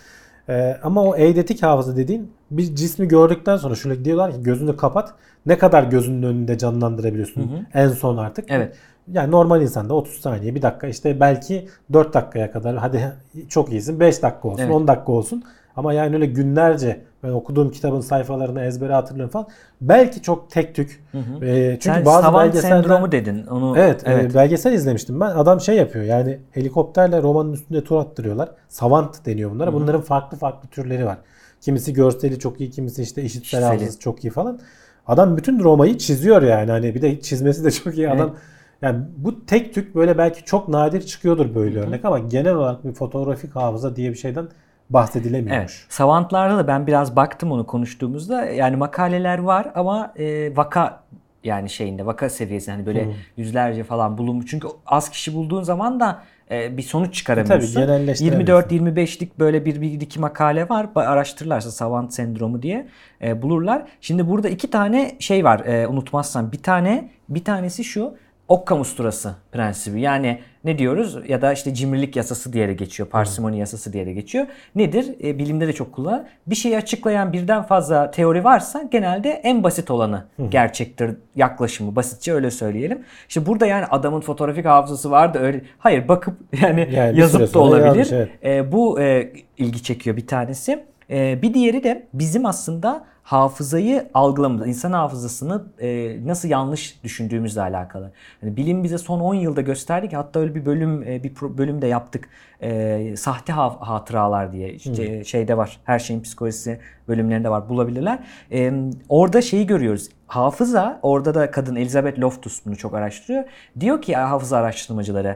Ama o eidetik hafıza dediğin bir cismi gördükten sonra şöyle diyorlar ki gözünü kapat. Ne kadar gözünün önünde canlandırabiliyorsun en son artık. Evet. Yani normal insanda 30 saniye, 1 dakika, işte belki 4 dakikaya kadar, hadi çok iyisin 5 dakika olsun, 10 dakika olsun. Ama yani öyle günlerce ben okuduğum kitabın sayfalarını ezbere hatırlıyorum falan. Belki çok tek tük. Çünkü Sen bazı savant belgesellerde... sendromu dedin. Onu, Evet. Belgesel izlemiştim ben. Adam şey yapıyor yani helikopterle romanın üstünde tur attırıyorlar. Savant deniyor bunlara. Bunların farklı farklı türleri var. Kimisi görseli çok iyi, kimisi işte işitsel hafızası çok iyi falan. Adam bütün Roma'yı çiziyor yani. Hani bir de çizmesi de çok iyi. Adam yani bu tek tük böyle belki çok nadir çıkıyordur böyle örnek ama genel olarak bir fotoğrafik hafıza diye bir şeyden bahsedilemiyormuş. Evet. Savantlarda da ben biraz baktım onu konuştuğumuzda. Yani makaleler var ama vaka yani vaka seviyesi hani böyle yüzlerce falan bulunmuş. Çünkü az kişi bulduğun zaman da bir sonuç çıkaramıyorsun. Tabii genelleştiremiyorsun. 24-25'lik böyle bir iki makale var. Araştırırlarsa savant sendromu diye bulurlar. Şimdi burada 2 tane şey var unutmazsan. Bir tanesi şu. Okkamusturası prensibi. Yani ne diyoruz ya da işte cimrilik yasası diye de geçiyor. Parsimoni yasası diye de geçiyor. Nedir? Bilimde de çok kullanılır. Bir şeyi açıklayan birden fazla teori varsa genelde en basit olanı gerçektir yaklaşımı. Basitçe öyle söyleyelim. İşte burada yani adamın fotoğrafik hafızası vardı öyle. Hayır bakıp yani yazıp da olabilir. Yanlış, evet. Bu ilgi çekiyor bir tanesi. Bir diğeri de bizim aslında hafızayı algılamamız, insan hafızasını nasıl yanlış düşündüğümüzle alakalı. Yani bilim bize son 10 yılda gösterdi ki hatta öyle bir bölüm de yaptık. Sahte hatıralar diye işte şeyde var. Her şeyin psikolojisi bölümlerinde var. Bulabilirler. Orada şeyi görüyoruz. Hafıza, orada da kadın Elizabeth Loftus bunu çok araştırıyor. Diyor ki hafıza araştırmacıları,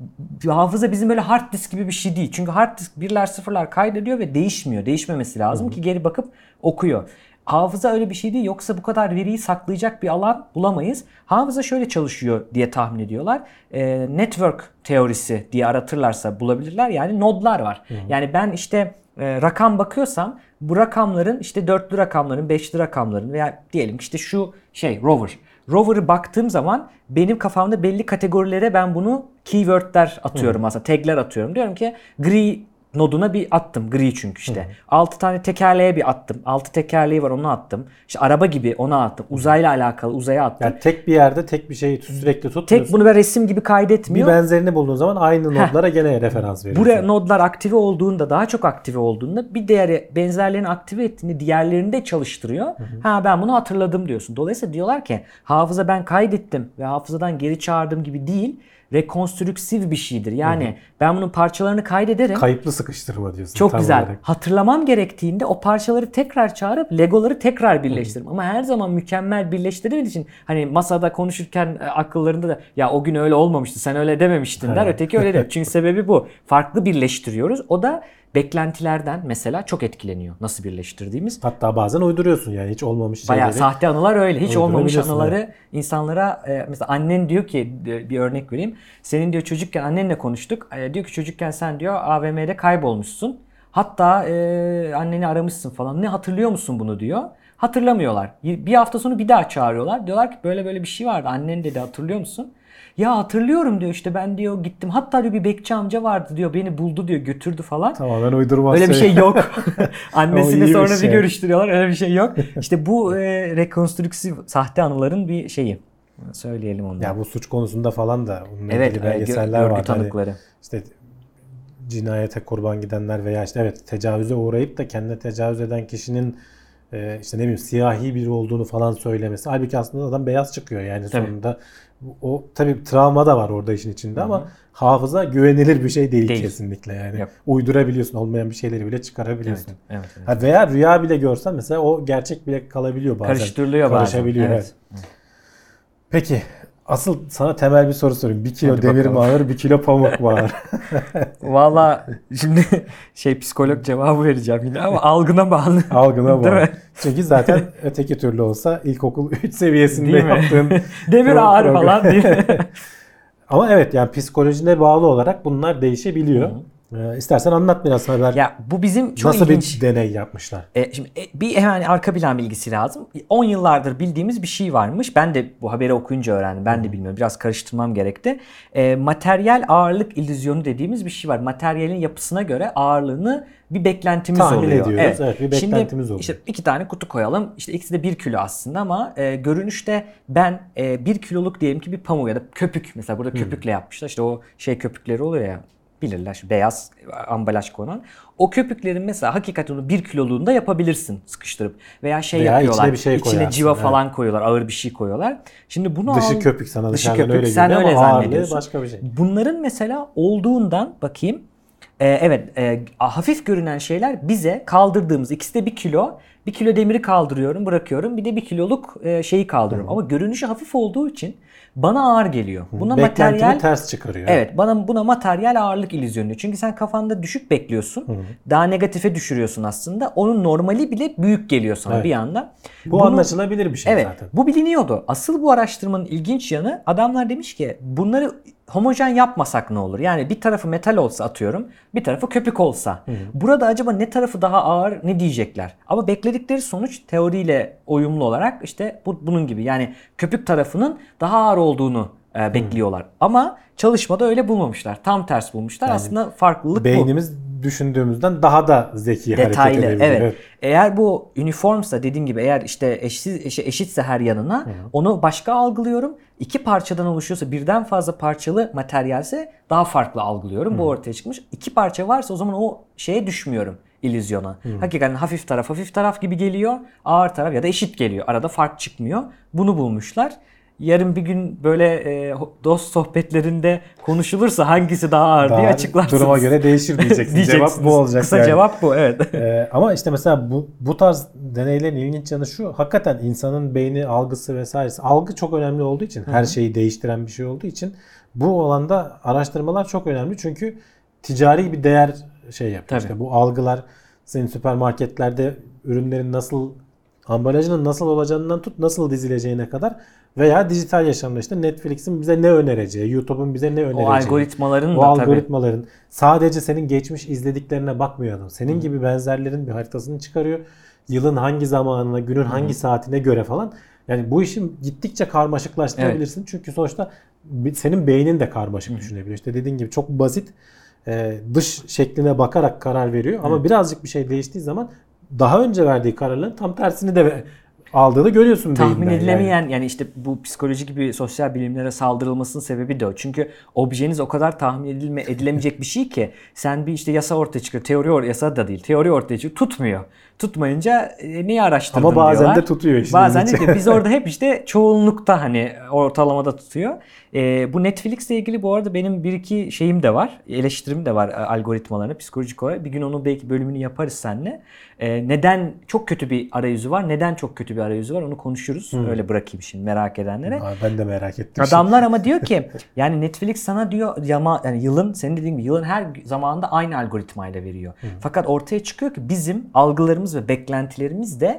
hafıza bizim böyle hard disk gibi bir şey değil. Çünkü hard disk birler sıfırlar kaydediyor ve değişmiyor. Değişmemesi lazım ki geri bakıp okuyor. Hafıza öyle bir şey değil. Yoksa bu kadar veriyi saklayacak bir alan bulamayız. Hafıza şöyle çalışıyor diye tahmin ediyorlar. Network teorisi diye aratırlarsa bulabilirler. Yani nodlar var. Yani ben işte rakam bakıyorsam bu rakamların işte dörtlü rakamların, beşli rakamların veya diyelim işte şu rover. Rover'ı baktığım zaman benim kafamda belli kategorilere ben bunu keywordler atıyorum aslında. Tagler atıyorum. Diyorum ki gri noduna bir attım. Gri çünkü işte. 6 tane tekerleğe bir attım. 6 tekerleği var ona attım. İşte araba gibi ona attım. Uzayla alakalı uzaya attım. Yani tek bir yerde tek bir şeyi sürekli tutmuyorsun. Tek bunu ben resim gibi kaydetmiyor. Bir benzerini bulduğun zaman aynı nodlara gene referans veriyorsun. Buraya nodlar aktive olduğunda, daha çok aktive olduğunda bir diğeri benzerlerini aktive ettiğinde diğerlerini de çalıştırıyor. Ben bunu hatırladım diyorsun. Dolayısıyla diyorlar ki hafıza ben kaydettim ve hafızadan geri çağırdığım gibi değil. Rekonstrüksif bir şeydir. Yani ben bunun parçalarını kaydederim. Kayıplı sıkıştırma diyorsun. Çok güzel. Olarak. Hatırlamam gerektiğinde o parçaları tekrar çağırıp Legoları tekrar birleştiririm. Ama her zaman mükemmel birleştirdiğim için hani masada konuşurken akıllarında da ya o gün öyle olmamıştı sen öyle dememiştin der. Öteki öyle der. Çünkü sebebi bu. Farklı birleştiriyoruz. O da beklentilerden mesela çok etkileniyor nasıl birleştirdiğimiz. Hatta bazen uyduruyorsun yani hiç olmamış şeyleri. Bayağı sahte anılar öyle. Hiç olmamış anıları insanlara mesela annen diyor ki bir örnek vereyim. Senin diyor çocukken annenle konuştuk. Diyor ki çocukken sen diyor AVM'de kaybolmuşsun. Hatta anneni aramışsın falan. Ne hatırlıyor musun bunu diyor. Hatırlamıyorlar. Bir hafta sonra bir daha çağırıyorlar. Diyorlar ki böyle böyle bir şey vardı. Annen dedi hatırlıyor musun? Ya hatırlıyorum diyor işte ben diyor gittim. Hatta diyor bir bekçi amca vardı diyor beni buldu diyor götürdü falan. Tamamen uydurma. Öyle bir şey yok. Annesiyle sonra bir şey. görüştürüyorlar. Öyle bir şey yok. İşte bu rekonstrüksif sahte anıların bir şeyi. Söyleyelim onu. Ya bu suç konusunda falan da bununla ilgili belgeseller var. Tanıkları. Hani işte cinayete kurban gidenler veya işte tecavüze uğrayıp da kendine tecavüz eden kişinin işte ne bileyim siyahi biri olduğunu falan söylemesi. Halbuki aslında adam beyaz çıkıyor yani sonunda. O tabii travma da var orada işin içinde ama hafıza güvenilir bir şey değil kesinlikle yani. Yok. Uydurabiliyorsun, olmayan bir şeyleri bile çıkarabiliyorsun. Evet. Veya rüya bile görsen mesela o gerçek bile kalabiliyor bazen. Karıştırılıyor Karışabiliyor. bazen. Evet. Peki asıl sana temel bir soru sorayım. 1 kilo demir mi ağır, 1 kilo pamuk mu ağır? Valla şimdi psikolog cevabı vereceğim yine ama algına bağlı. Algına bağlı. Değil mi? Çünkü zaten öteki türlü olsa ilkokul 3 seviyesinde değil yaptığın demir ağır falan değil mi? Ama evet yani psikolojine bağlı olarak bunlar değişebiliyor. İstersen anlat biraz haber. Ya bu bizim çok Nasıl ilginç. bir deney yapmışlar? Şimdi bir hemen arka plan bilgisi lazım. 10 yıllardır bildiğimiz bir şey varmış. Ben de bu haberi okuyunca öğrendim. Ben de bilmiyorum. Biraz karıştırmam gerekti. Materyal ağırlık illüzyonu dediğimiz bir şey var. Materyalin yapısına göre ağırlığını bir beklentimiz Tahmin oluyor. ediyoruz. Evet, bir beklentimiz oluyor. İşte 2 tane kutu koyalım. İşte ikisi de 1 kilo aslında ama görünüşte ben 1 kiloluk diyelim ki bir pamuk ya da köpük. Mesela burada köpükle yapmışlar. İşte o şey köpükleri oluyor ya. Bilirler şu beyaz ambalaj konan. O köpüklerin mesela hakikaten onu 1 kiloluğunda yapabilirsin sıkıştırıp. Veya yapıyorlar. içine bir şey İçine koyarsın, civa evet. falan koyuyorlar. Ağır bir şey koyuyorlar. Şimdi bunu Dışı köpük sana dışı dışarıdan köpük öyle sen geliyor öyle ama ağırlığı zannediyorsun. başka bir şey. Bunların mesela olduğundan bakayım. Hafif görünen şeyler bize kaldırdığımız ikisi de 1 kilo. 1 kilo demiri kaldırıyorum, bırakıyorum. Bir de 1 kiloluk şeyi kaldırıyorum. Ama görünüşü hafif olduğu için bana ağır geliyor. Buna Beklentini materyal ters çıkarıyor. Evet, buna materyal ağırlık illüzyonu diyor. Çünkü sen kafanda düşük bekliyorsun. Daha negatife düşürüyorsun aslında. Onun normali bile büyük geliyor sana Evet. bir anda. Bu anlaşılabilir bir şey Evet, zaten. bu biliniyordu. Asıl bu araştırmanın ilginç yanı adamlar demiş ki bunları homojen yapmasak ne olur? Yani bir tarafı metal olsa atıyorum, bir tarafı köpük olsa. Burada acaba ne tarafı daha ağır ne diyecekler? Ama bekledikleri sonuç teoriyle uyumlu olarak işte bunun gibi. Yani köpük tarafının daha ağır olduğunu bekliyorlar. Ama çalışmada öyle bulmamışlar. Tam ters bulmuşlar. Yani aslında farklılık bu. Beynimiz düşündüğümüzden daha da zeki Detaylı. hareket edebiliyor. Evet. Eğer bu üniformsa dediğim gibi eğer işte eşitse her yanına onu başka algılıyorum. 2 parçadan oluşuyorsa birden fazla parçalı materyalse daha farklı algılıyorum. Bu ortaya çıkmış. 2 parça varsa o zaman o şeye düşmüyorum. İllüzyona. Hakikaten hafif taraf gibi geliyor. Ağır taraf ya da eşit geliyor. Arada fark çıkmıyor. Bunu bulmuşlar. Yarın bir gün böyle dost sohbetlerinde konuşulursa hangisi daha ağır diye açıklarsınız. Duruma göre değişir diyeceksin. Cevap bu olacak. Kısa yani. cevap bu, evet. Ama işte mesela bu tarz deneylerin ilginç yanı şu. Hakikaten insanın beyni, algısı vesairesi. Algı çok önemli olduğu için, her şeyi değiştiren bir şey olduğu için bu alanda araştırmalar çok önemli. Çünkü ticari bir değer yapıyor. İşte bu algılar senin süpermarketlerde ürünlerin nasıl, ambalajının nasıl olacağından tut nasıl dizileceğine kadar veya dijital yaşamda işte Netflix'in bize ne önereceği, YouTube'un bize ne önereceği. O algoritmaların o da algoritmaların sadece senin geçmiş izlediklerine bakmıyor adam. Senin gibi benzerlerin bir haritasını çıkarıyor. Yılın hangi zamanına, günün hangi saatine göre falan. Yani bu işi gittikçe karmaşıklaştırabilirsin. Çünkü sonuçta senin beynin de karmaşık düşünebiliyor. İşte dediğin gibi çok basit dış şekline bakarak karar veriyor. Ama birazcık bir şey değiştiği zaman daha önce verdiği kararların tam tersini de aldığını görüyorsun tahmin beyinden. edilemeyen yani işte bu psikoloji gibi sosyal bilimlere saldırılmasının sebebi de o. Çünkü objeniz o kadar tahmin edilemeyecek bir şey ki sen bir işte yasa ortaya çıkıyor. Yasa da değil. Teori ortaya çıkıyor. Tutmuyor. Tutmayınca niye araştırdın ama bazen diyorlar. de tutuyor işte. Bazen de biz orada hep işte çoğunlukta hani ortalamada tutuyor. Bu Netflix'le ilgili bu arada benim bir iki şeyim de var. Eleştirim de var algoritmalarına psikolojik olarak. Bir gün onun belki bölümünü yaparız seninle. Neden çok kötü bir arayüzü var? Neden çok kötü bir arayüzü var? Onu konuşuruz. Öyle bırakayım şimdi merak edenlere. Ben de merak ettim. Adamlar ama diyor ki yani Netflix sana diyor yani yılın senin dediğin gibi yılın her zamanında aynı algoritmayla veriyor. Fakat ortaya çıkıyor ki bizim algılarımız ve beklentilerimiz de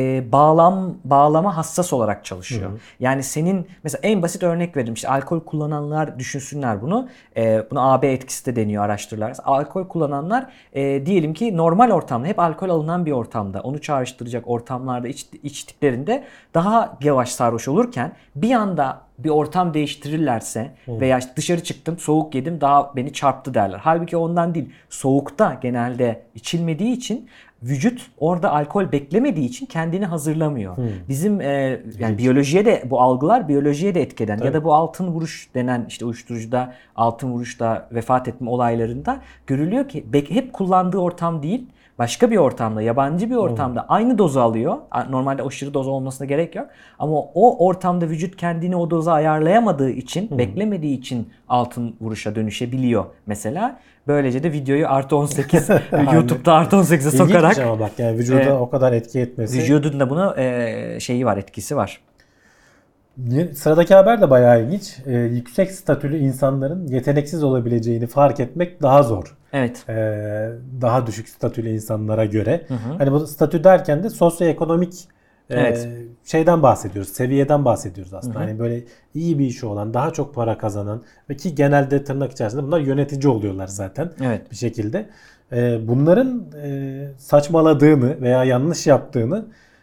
bağlama hassas olarak çalışıyor. Yani senin mesela en basit örnek vereyim. İşte alkol kullananlar düşünsünler bunu. Buna AB etkisi de deniyor araştırırlar. Alkol kullananlar diyelim ki normal ortamda hep alkol alınan bir ortamda onu çağrıştıracak ortamlarda içtiklerinde daha yavaş sarhoş olurken bir anda bir ortam değiştirirlerse veya işte dışarı çıktım soğuk yedim daha beni çarptı derler. Halbuki ondan değil. Soğukta genelde içilmediği için vücut orada alkol beklemediği için kendini hazırlamıyor. Bizim yani biyolojiye de bu algılar biyolojiye de etki eden ya da bu altın vuruş denen işte uyuşturucuda altın vuruşta vefat etme olaylarında görülüyor ki hep kullandığı ortam değil başka bir ortamda, yabancı bir ortamda aynı dozu alıyor. Normalde aşırı doz olmasına gerek yok. Ama o ortamda vücut kendini o doza ayarlayamadığı için, beklemediği için altın vuruşa dönüşebiliyor mesela. Böylece de videoyu +18 YouTube'da +18'e sokarak. İlginç ama bak yani vücuda o kadar etki etmesi. Vücudun da buna şeyi var, etkisi var. Sıradaki haber de bayağı ilginç. Yüksek statülü insanların yeteneksiz olabileceğini fark etmek daha zor. Evet. Daha düşük statülü insanlara göre. Hani bu statü derken de sosyoekonomik Evet. Şeyden bahsediyoruz, seviyeden bahsediyoruz aslında. Hani böyle iyi bir işi olan, daha çok para kazanan ve ki genelde tırnak içerisinde bunlar yönetici oluyorlar zaten Evet. bir şekilde. Bunların saçmaladığını veya yanlış yaptığını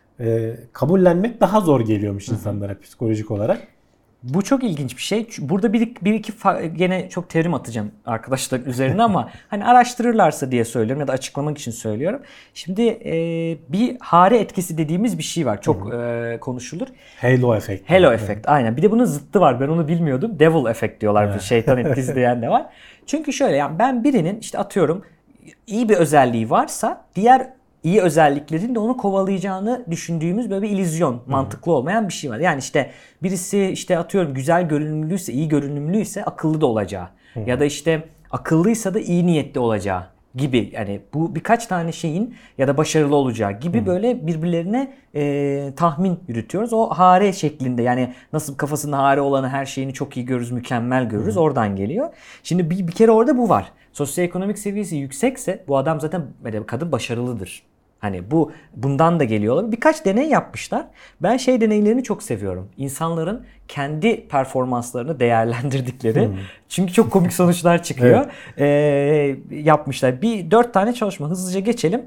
kabullenmek daha zor geliyormuş insanlara psikolojik olarak. Bu çok ilginç bir şey. Burada bir iki gene çok terim atacağım arkadaşlar üzerine ama hani araştırırlarsa diye söylüyorum ya da açıklamak için söylüyorum. Şimdi bir hare etkisi dediğimiz bir şey var. Çok konuşulur. Halo efekt. Halo efekt aynen. Bir de bunun zıttı var. Ben onu bilmiyordum. Devil efekt diyorlar. Bir şeytan etkisi diyen de var. Çünkü şöyle, yani ben birinin işte atıyorum iyi bir özelliği varsa diğer iyi özelliklerin de onu kovalayacağını düşündüğümüz böyle bir illüzyon, mantıklı olmayan bir şey var. Yani işte birisi işte atıyorum güzel görünümlüyse, iyi görünümlüyse akıllı da olacağı ya da işte akıllıysa da iyi niyetli olacağı gibi, yani bu birkaç tane şeyin ya da başarılı olacağı gibi böyle birbirlerine tahmin yürütüyoruz. O hare şeklinde, yani nasıl kafasında hare olanı her şeyini çok iyi görürüz, mükemmel görürüz, oradan geliyor. Şimdi bir kere orada bu var. Sosyoekonomik seviyesi yüksekse bu adam zaten, kadın başarılıdır. Hani bundan da geliyor olabilir. Birkaç deney yapmışlar. Ben deneylerini çok seviyorum. İnsanların kendi performanslarını değerlendirdikleri. Çünkü çok komik sonuçlar çıkıyor. Yapmışlar. 4 tane çalışma hızlıca geçelim.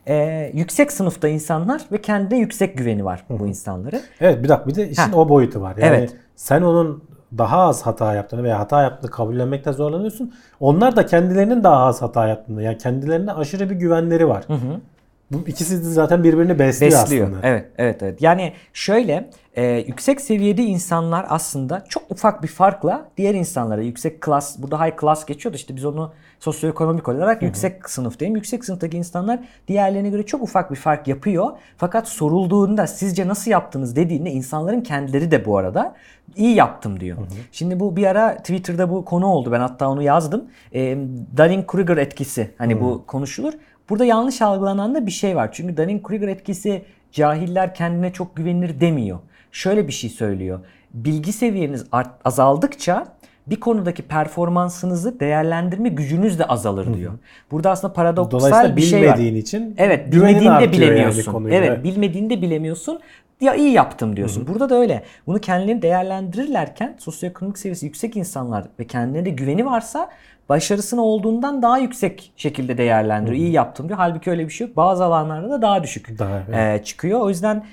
Yüksek sınıfta insanlar ve kendine yüksek güveni var bu insanların. Evet, bir de işin o boyutu var. Yani Evet. sen onun daha az hata yaptığını veya hata yaptığını kabullenmekte zorlanıyorsun. Onlar da kendilerinin daha az hata yaptığını, yani kendilerine aşırı bir güvenleri var. Bu ikisi de zaten birbirini besliyor aslında. Evet. Yani şöyle, yüksek seviyede insanlar aslında çok ufak bir farkla diğer insanlara, yüksek klas, burada high class geçiyordu, işte biz onu sosyoekonomik olarak yüksek sınıf diyeyim. Yüksek sınıftaki insanlar diğerlerine göre çok ufak bir fark yapıyor. Fakat sorulduğunda sizce nasıl yaptınız dediğinde insanların kendileri de bu arada iyi yaptım diyor. Şimdi bu bir ara Twitter'da bu konu oldu. Ben hatta onu yazdım. Dunning-Kruger etkisi, hani bu konuşulur. Burada yanlış algılanan da bir şey var. Çünkü Dunning-Kruger etkisi cahiller kendine çok güvenilir demiyor. Şöyle bir şey söylüyor. Bilgi seviyeniz azaldıkça bir konudaki performansınızı değerlendirme gücünüz de azalır diyor. Burada aslında paradoksal bir şey var. Bilmediğin için evet, güvenin bilmediğinde artıyor bilemiyorsun. yani konuyu. Evet, bilmediğinde bilemiyorsun. Ya iyi yaptım diyorsun. Burada da öyle. Bunu kendilerini değerlendirirlerken sosyoekonomik seviyesi yüksek insanlar ve kendilerine güveni varsa başarısını olduğundan daha yüksek şekilde değerlendiriyor. İyi yaptım diyor. Halbuki öyle bir şey yok. Bazı alanlarda da daha düşük çıkıyor. O yüzden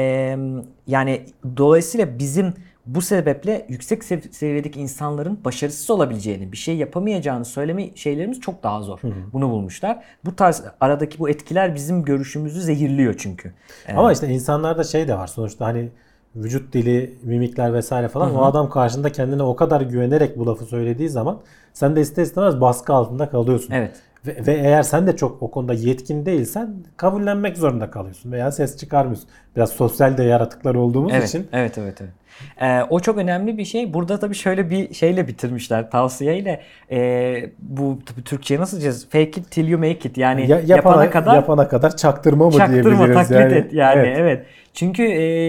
yani dolayısıyla bizim bu sebeple yüksek seviyedeki insanların başarısız olabileceğini, bir şey yapamayacağını söyleme şeylerimiz çok daha zor. Bunu bulmuşlar. Bu tarz aradaki bu etkiler bizim görüşümüzü zehirliyor çünkü. Ama işte insanlarda de var. Sonuçta hani vücut dili, mimikler vesaire falan, o adam karşında kendine o kadar güvenerek bu lafı söylediği zaman sen de ister istemez baskı altında kalıyorsun. Evet. Ve eğer sen de çok o konuda yetkin değilsen kabullenmek zorunda kalıyorsun veya ses çıkarmıyorsun. Biraz sosyal de yaratıklar olduğumuz için. Evet. O çok önemli bir şey. Burada tabii şöyle bir şeyle bitirmişler, tavsiyeyle. Bu tabii Türkçe'ye nasıl diyeceğiz? Fake it till you make it. Yani yapana kadar çaktırma mı diyebiliriz? Çaktırma, taklit yani. et yani. Evet. Çünkü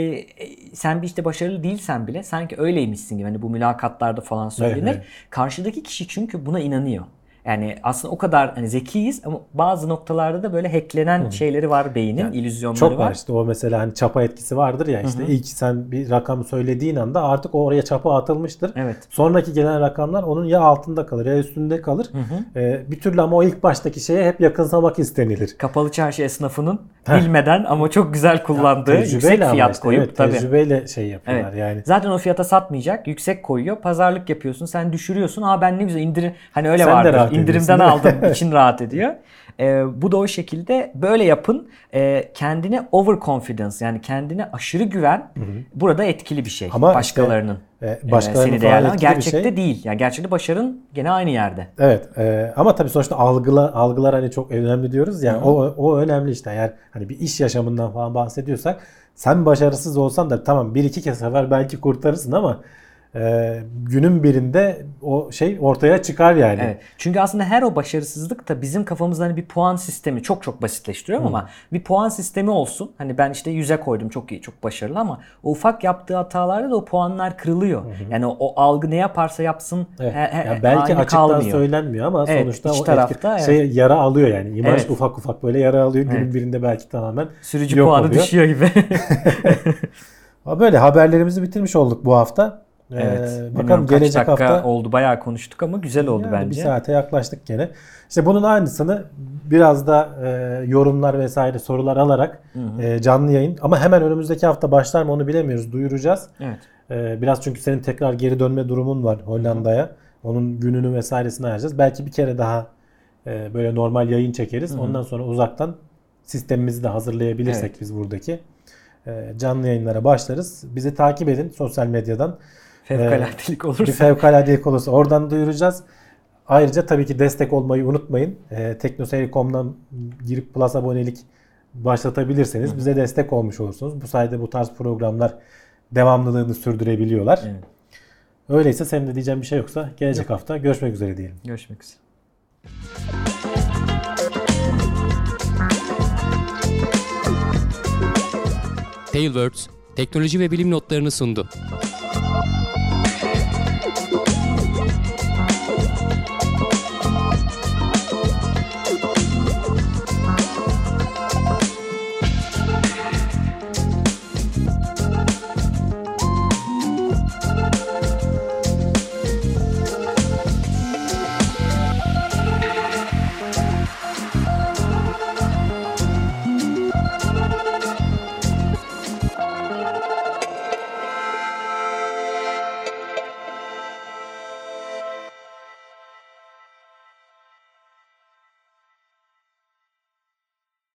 sen bir işte başarılı değilsen bile sanki öyleymişsin gibi. Hani bu mülakatlarda falan söylenir. Evet. Karşıdaki kişi çünkü buna inanıyor. Yani aslında o kadar hani zekiyiz ama bazı noktalarda da böyle hacklenen şeyleri var beynin, yani illüzyonları çok var. İşte o mesela hani çapa etkisi vardır ya, işte ilk sen bir rakamı söylediğin anda artık oraya çapa atılmıştır. Evet. Sonraki gelen rakamlar onun ya altında kalır ya üstünde kalır. Bir türlü ama o ilk baştaki şeye hep yakınsamak istenilir. Kapalı çarşı esnafının bilmeden ama çok güzel kullandığı yüksek fiyat işte, koyup evet, tecrübeyle şey yapıyorlar yani. Zaten o fiyata satmayacak, yüksek koyuyor. Pazarlık yapıyorsun, sen düşürüyorsun. Ben ne güzel indirim, hani öyle Sen vardır. İndirimden aldım, için rahat ediyor. Bu da o şekilde, böyle yapın. Kendine overconfidence, yani kendine aşırı güven burada etkili bir şey. Ama başkalarının başkalarının seni değerlendirme. etkili bir Gerçekte şey değil. Yani gerçekte başarın gene aynı yerde. Evet. Ama tabii sonuçta algılar hani çok önemli diyoruz. Yani o önemli işte. Eğer hani bir iş yaşamından falan bahsediyorsak, sen başarısız olsan da tamam bir iki sefer belki kurtarırsın ama günün birinde o şey ortaya çıkar yani. Evet. Çünkü aslında her o başarısızlık da bizim kafamızda hani bir puan sistemi, çok basitleştiriyorum ama bir puan sistemi olsun. Hani ben işte 100'e koydum, çok iyi, çok başarılı, ama o ufak yaptığı hatalarda da o puanlar kırılıyor. Yani o algı ne yaparsa yapsın Evet. Yani belki aynı açıktan kalmıyor. söylenmiyor ama Evet, sonuçta iç o tarafta, şey yara alıyor yani. İmaj Evet. ufak ufak böyle yara alıyor. Günün Evet. birinde belki tamamen Sürücü yok puanı oluyor. düşüyor gibi. Böyle haberlerimizi bitirmiş olduk bu hafta. Evet. Bakalım Bilmiyorum kaç gelecek dakika hafta oldu. Bayağı konuştuk ama güzel oldu yani bence. bir saate yaklaştık gene. İşte bunun aynısını biraz da yorumlar vesaire sorular alarak canlı yayın, ama hemen önümüzdeki hafta başlar mı onu bilemiyoruz. Duyuracağız. Evet. Biraz çünkü senin tekrar geri dönme durumun var Hollanda'ya. Onun gününü vesairesini ayarlayacağız. Belki bir kere daha böyle normal yayın çekeriz. Ondan sonra uzaktan sistemimizi de hazırlayabilirsek Evet. biz buradaki canlı yayınlara başlarız. Bizi takip edin sosyal medyadan. Fevkaladelik Bir olursa. fevkaladelik olursa oradan duyuracağız. Ayrıca tabii ki destek olmayı unutmayın. Teknoseyir.com'dan girip Plus abonelik başlatabilirseniz bize destek olmuş olursunuz. Bu sayede bu tarz programlar devamlılığını sürdürebiliyorlar. Evet. Öyleyse senin de diyeceğin bir şey yoksa gelecek hafta görüşmek üzere diyelim. Görüşmek üzere. Tailwords teknoloji ve bilim notlarını sundu.